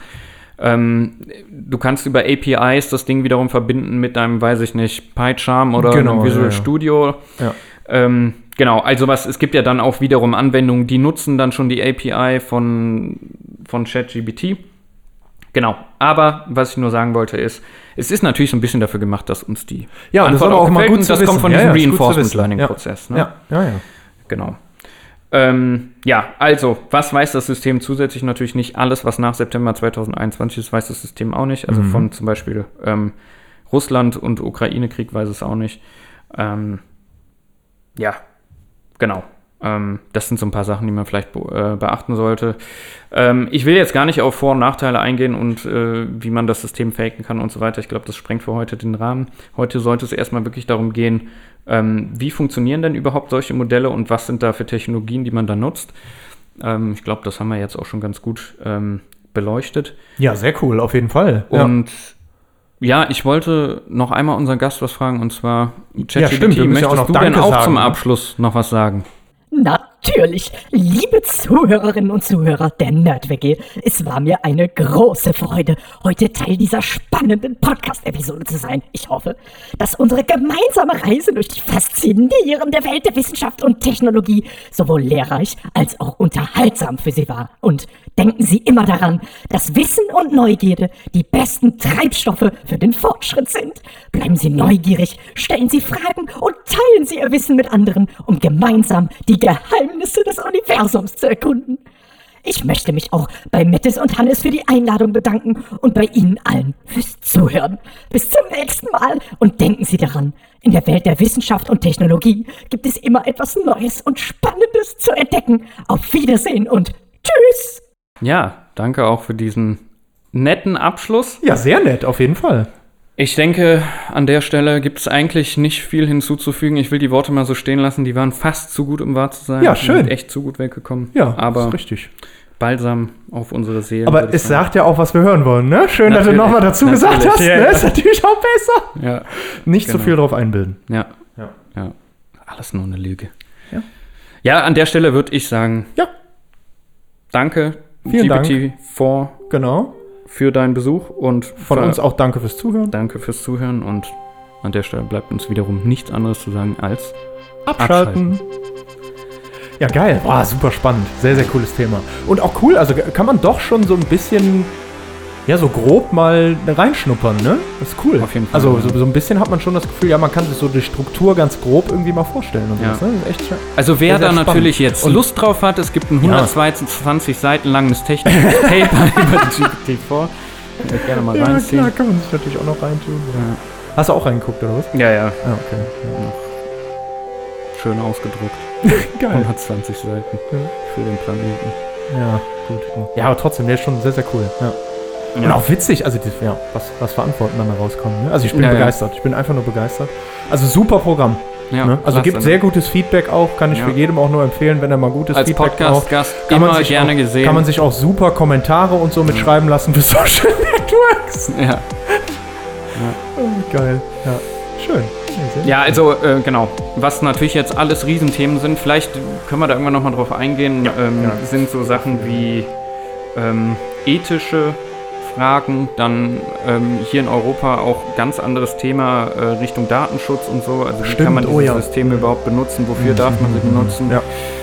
Du kannst über APIs das Ding wiederum verbinden mit deinem, weiß ich nicht, PyCharm oder einem Visual Studio. Ja. Genau, also es gibt ja dann auch wiederum Anwendungen, die nutzen dann schon die API von ChatGPT. Genau, aber was ich nur sagen wollte ist, es ist natürlich so ein bisschen dafür gemacht, dass uns die Antwort auch mal gut zu wissen. Das kommt von diesem Reinforcement-Learning-Prozess. Ne? Ja. Genau. Also, was weiß das System zusätzlich? Natürlich nicht alles, was nach September 2021 ist, weiß das System auch nicht. Also von zum Beispiel Russland- und Ukraine-Krieg weiß es auch nicht. Genau. Das sind so ein paar Sachen, die man vielleicht beachten sollte. Ich will jetzt gar nicht auf Vor- und Nachteile eingehen und wie man das System faken kann und so weiter. Ich glaube, das sprengt für heute den Rahmen. Heute sollte es erstmal wirklich darum gehen, wie funktionieren denn überhaupt solche Modelle und was sind da für Technologien, die man da nutzt. Ich glaube, das haben wir jetzt auch schon ganz gut beleuchtet. Ja, sehr cool, auf jeden Fall. Und Ja, ich wollte noch einmal unseren Gast was fragen, und zwar Ja, stimmt, wir müssen ja auch noch möchtest du denn Danke auch sagen, zum ne? Abschluss noch was sagen? Natürlich, liebe Zuhörerinnen und Zuhörer der Nerd-WG, es war mir eine große Freude, heute Teil dieser spannenden Podcast-Episode zu sein. Ich hoffe, dass unsere gemeinsame Reise durch die faszinierende Welt der Wissenschaft und Technologie sowohl lehrreich als auch unterhaltsam für Sie war. Und denken Sie immer daran, dass Wissen und Neugierde die besten Treibstoffe für den Fortschritt sind. Bleiben Sie neugierig, stellen Sie Fragen und teilen Sie Ihr Wissen mit anderen, um gemeinsam die Geheimnisse des Universums zu erkunden. Ich möchte mich auch bei Mettes und Hannes für die Einladung bedanken und bei Ihnen allen fürs Zuhören. Bis zum nächsten Mal und denken Sie daran, in der Welt der Wissenschaft und Technologie gibt es immer etwas Neues und Spannendes zu entdecken. Auf Wiedersehen und tschüss! Ja, danke auch für diesen netten Abschluss. Ja, sehr nett, auf jeden Fall. Ich denke, an der Stelle gibt es eigentlich nicht viel hinzuzufügen. Ich will die Worte mal so stehen lassen. Die waren fast zu gut, um wahr zu sein. Ja, schön. Die sind echt zu gut weggekommen. Ja, aber ist richtig. Balsam auf unsere Seele. Aber es sagt ja auch, was wir hören wollen, ne? Schön, dass du Natürlich, nochmal dazu gesagt natürlich. hast. Ja, Ne? ja. Ist natürlich auch besser. Ja, Nicht so Genau. viel drauf einbilden. ja, Ja. ja. Alles nur eine Lüge. Ja. Ja, an der Stelle würde ich sagen, Ja, danke, Vielen Dank. GPT-4, genau. für deinen Besuch und Von uns auch danke fürs Zuhören. danke fürs Zuhören. Und an der Stelle bleibt uns wiederum nichts anderes zu sagen als Abschalten. Ja, geil. Boah, super spannend. Sehr, sehr cooles Thema. Und auch cool, also kann man doch schon so ein bisschen, ja, so grob mal reinschnuppern, ne? Das ist cool. Auf jeden Fall, Also ja. so ein bisschen hat man schon das Gefühl, ja, man kann sich so die Struktur ganz grob irgendwie mal vorstellen und Ja. sowas, ne? Das ist echt schön. Also wer Sehr, sehr da natürlich spannend. jetzt Und- Lust drauf hat, es gibt ein 122 Seiten langes technisches Paper über GPT-4. Könnt ihr gerne mal Ja, reinziehen. klar, kann man sich natürlich auch noch reintun. Ja. Hast du auch reingeguckt, oder was? Ja, ja, Ah, okay. schön ausgedruckt. Geil. 120 Seiten Ja. für den Planeten. Ja, gut. Ja, aber trotzdem, der ist schon sehr, sehr cool. Ja. Und auch witzig, also was für Antworten dann da rauskommen. Ne? Also ich bin Ja, ja. begeistert, ich bin einfach nur begeistert. Also super Programm. Ja, Ne? Also klasse, gibt ne? sehr gutes Feedback auch, kann ich Ja. für jedem auch nur empfehlen, wenn er mal gutes Als Feedback braucht. Podcast-Gast Kann man immer sich gerne auch, gesehen. Kann man sich auch super Kommentare und so mitschreiben lassen für Social Networks. ja. Oh, geil, ja. Schön. sehr Ja, also genau. Was natürlich jetzt alles Riesenthemen sind, vielleicht können wir da irgendwann nochmal drauf eingehen, Ja. sind so Sachen wie ethische Fragen, dann hier in Europa auch ganz anderes Thema Richtung Datenschutz und so. Also wie Stimmt, kann man diese oh ja. Systeme überhaupt benutzen, wofür darf man sie benutzen?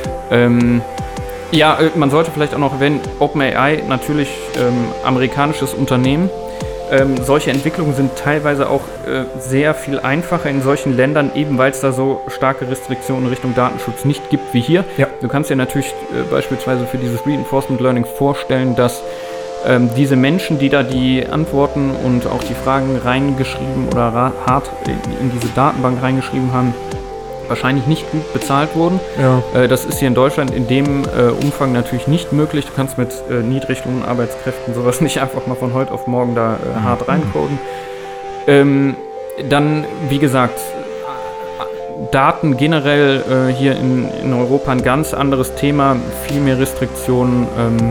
Ja. Man sollte vielleicht auch noch erwähnen, OpenAI, natürlich amerikanisches Unternehmen. Solche Entwicklungen sind teilweise auch sehr viel einfacher in solchen Ländern, eben weil es da so starke Restriktionen Richtung Datenschutz nicht gibt wie hier. Ja. Du kannst dir natürlich beispielsweise für dieses Reinforcement Learning vorstellen, dass diese Menschen, die da die Antworten und auch die Fragen reingeschrieben oder hart in diese Datenbank reingeschrieben haben, wahrscheinlich nicht gut bezahlt wurden. Ja. Das ist hier in Deutschland in dem Umfang natürlich nicht möglich. Du kannst mit Niedriglohnarbeitskräften sowas nicht einfach mal von heute auf morgen da hart reincoden. Dann, wie gesagt, Daten generell hier in Europa ein ganz anderes Thema, viel mehr Restriktionen.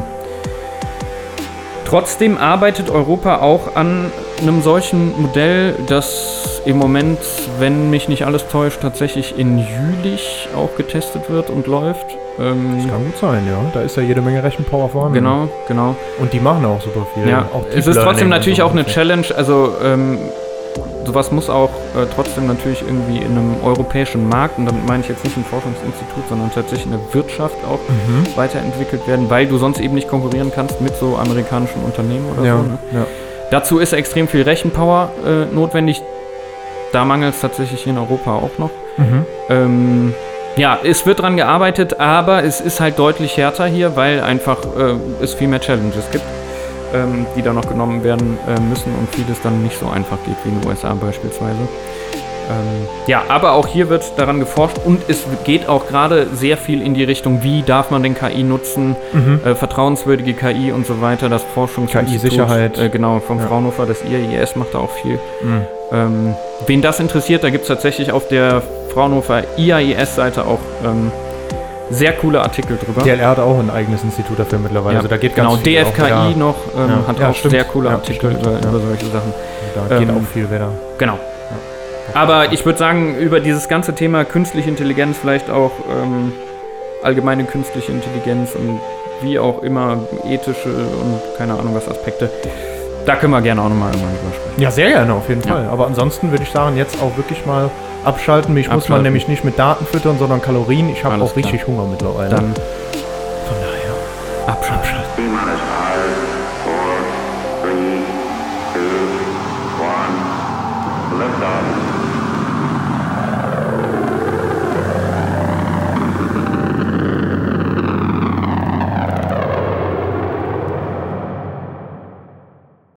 Trotzdem arbeitet Europa auch an einem solchen Modell, das im Moment, wenn mich nicht alles täuscht, tatsächlich in Jülich auch getestet wird und läuft. Das kann gut sein, ja. Da ist ja jede Menge Rechenpower vorhanden. Genau. Und die machen auch super viel. Ja. Auch Deep Es ist trotzdem Learning natürlich und so. auch eine Challenge, also sowas muss auch trotzdem natürlich irgendwie in einem europäischen Markt, und damit meine ich jetzt nicht ein Forschungsinstitut, sondern tatsächlich in der Wirtschaft auch weiterentwickelt werden, weil du sonst eben nicht konkurrieren kannst mit so amerikanischen Unternehmen oder Ja, so. Ne? ja. Dazu ist extrem viel Rechenpower notwendig. Da mangelt es tatsächlich hier in Europa auch noch. Ja, es wird dran gearbeitet, aber es ist halt deutlich härter hier, weil einfach es viel mehr Challenges gibt, die da noch genommen werden müssen und vieles dann nicht so einfach geht wie in den USA beispielsweise. Ja, aber auch hier wird daran geforscht und es geht auch gerade sehr viel in die Richtung, wie darf man den KI nutzen, vertrauenswürdige KI und so weiter, das Forschungsinstitut. KI-Sicherheit. Genau, vom Fraunhofer, das IAIS macht da auch viel. Wen das interessiert, da gibt es tatsächlich auf der Fraunhofer IAIS-Seite auch sehr coole Artikel drüber. DLR hat auch ein eigenes Institut dafür mittlerweile. Ja, Also da geht genau, ganz viel DFKI auch wieder. noch hat Ja, auch stimmt. sehr coole Ja, Artikel stimmt. über solche Sachen. Da geht auch viel wieder. Genau. Aber ich würde sagen, über dieses ganze Thema künstliche Intelligenz, vielleicht auch allgemeine künstliche Intelligenz und wie auch immer ethische und keine Ahnung was Aspekte, da können wir gerne auch nochmal irgendwann drüber sprechen. Ja, sehr gerne, auf jeden Fall. Aber ansonsten würde ich sagen, jetzt auch wirklich mal abschalten. Mich muss man nämlich nicht mit Daten füttern, sondern Kalorien. Ich habe auch richtig Hunger mittlerweile. Dann von daher abschalten.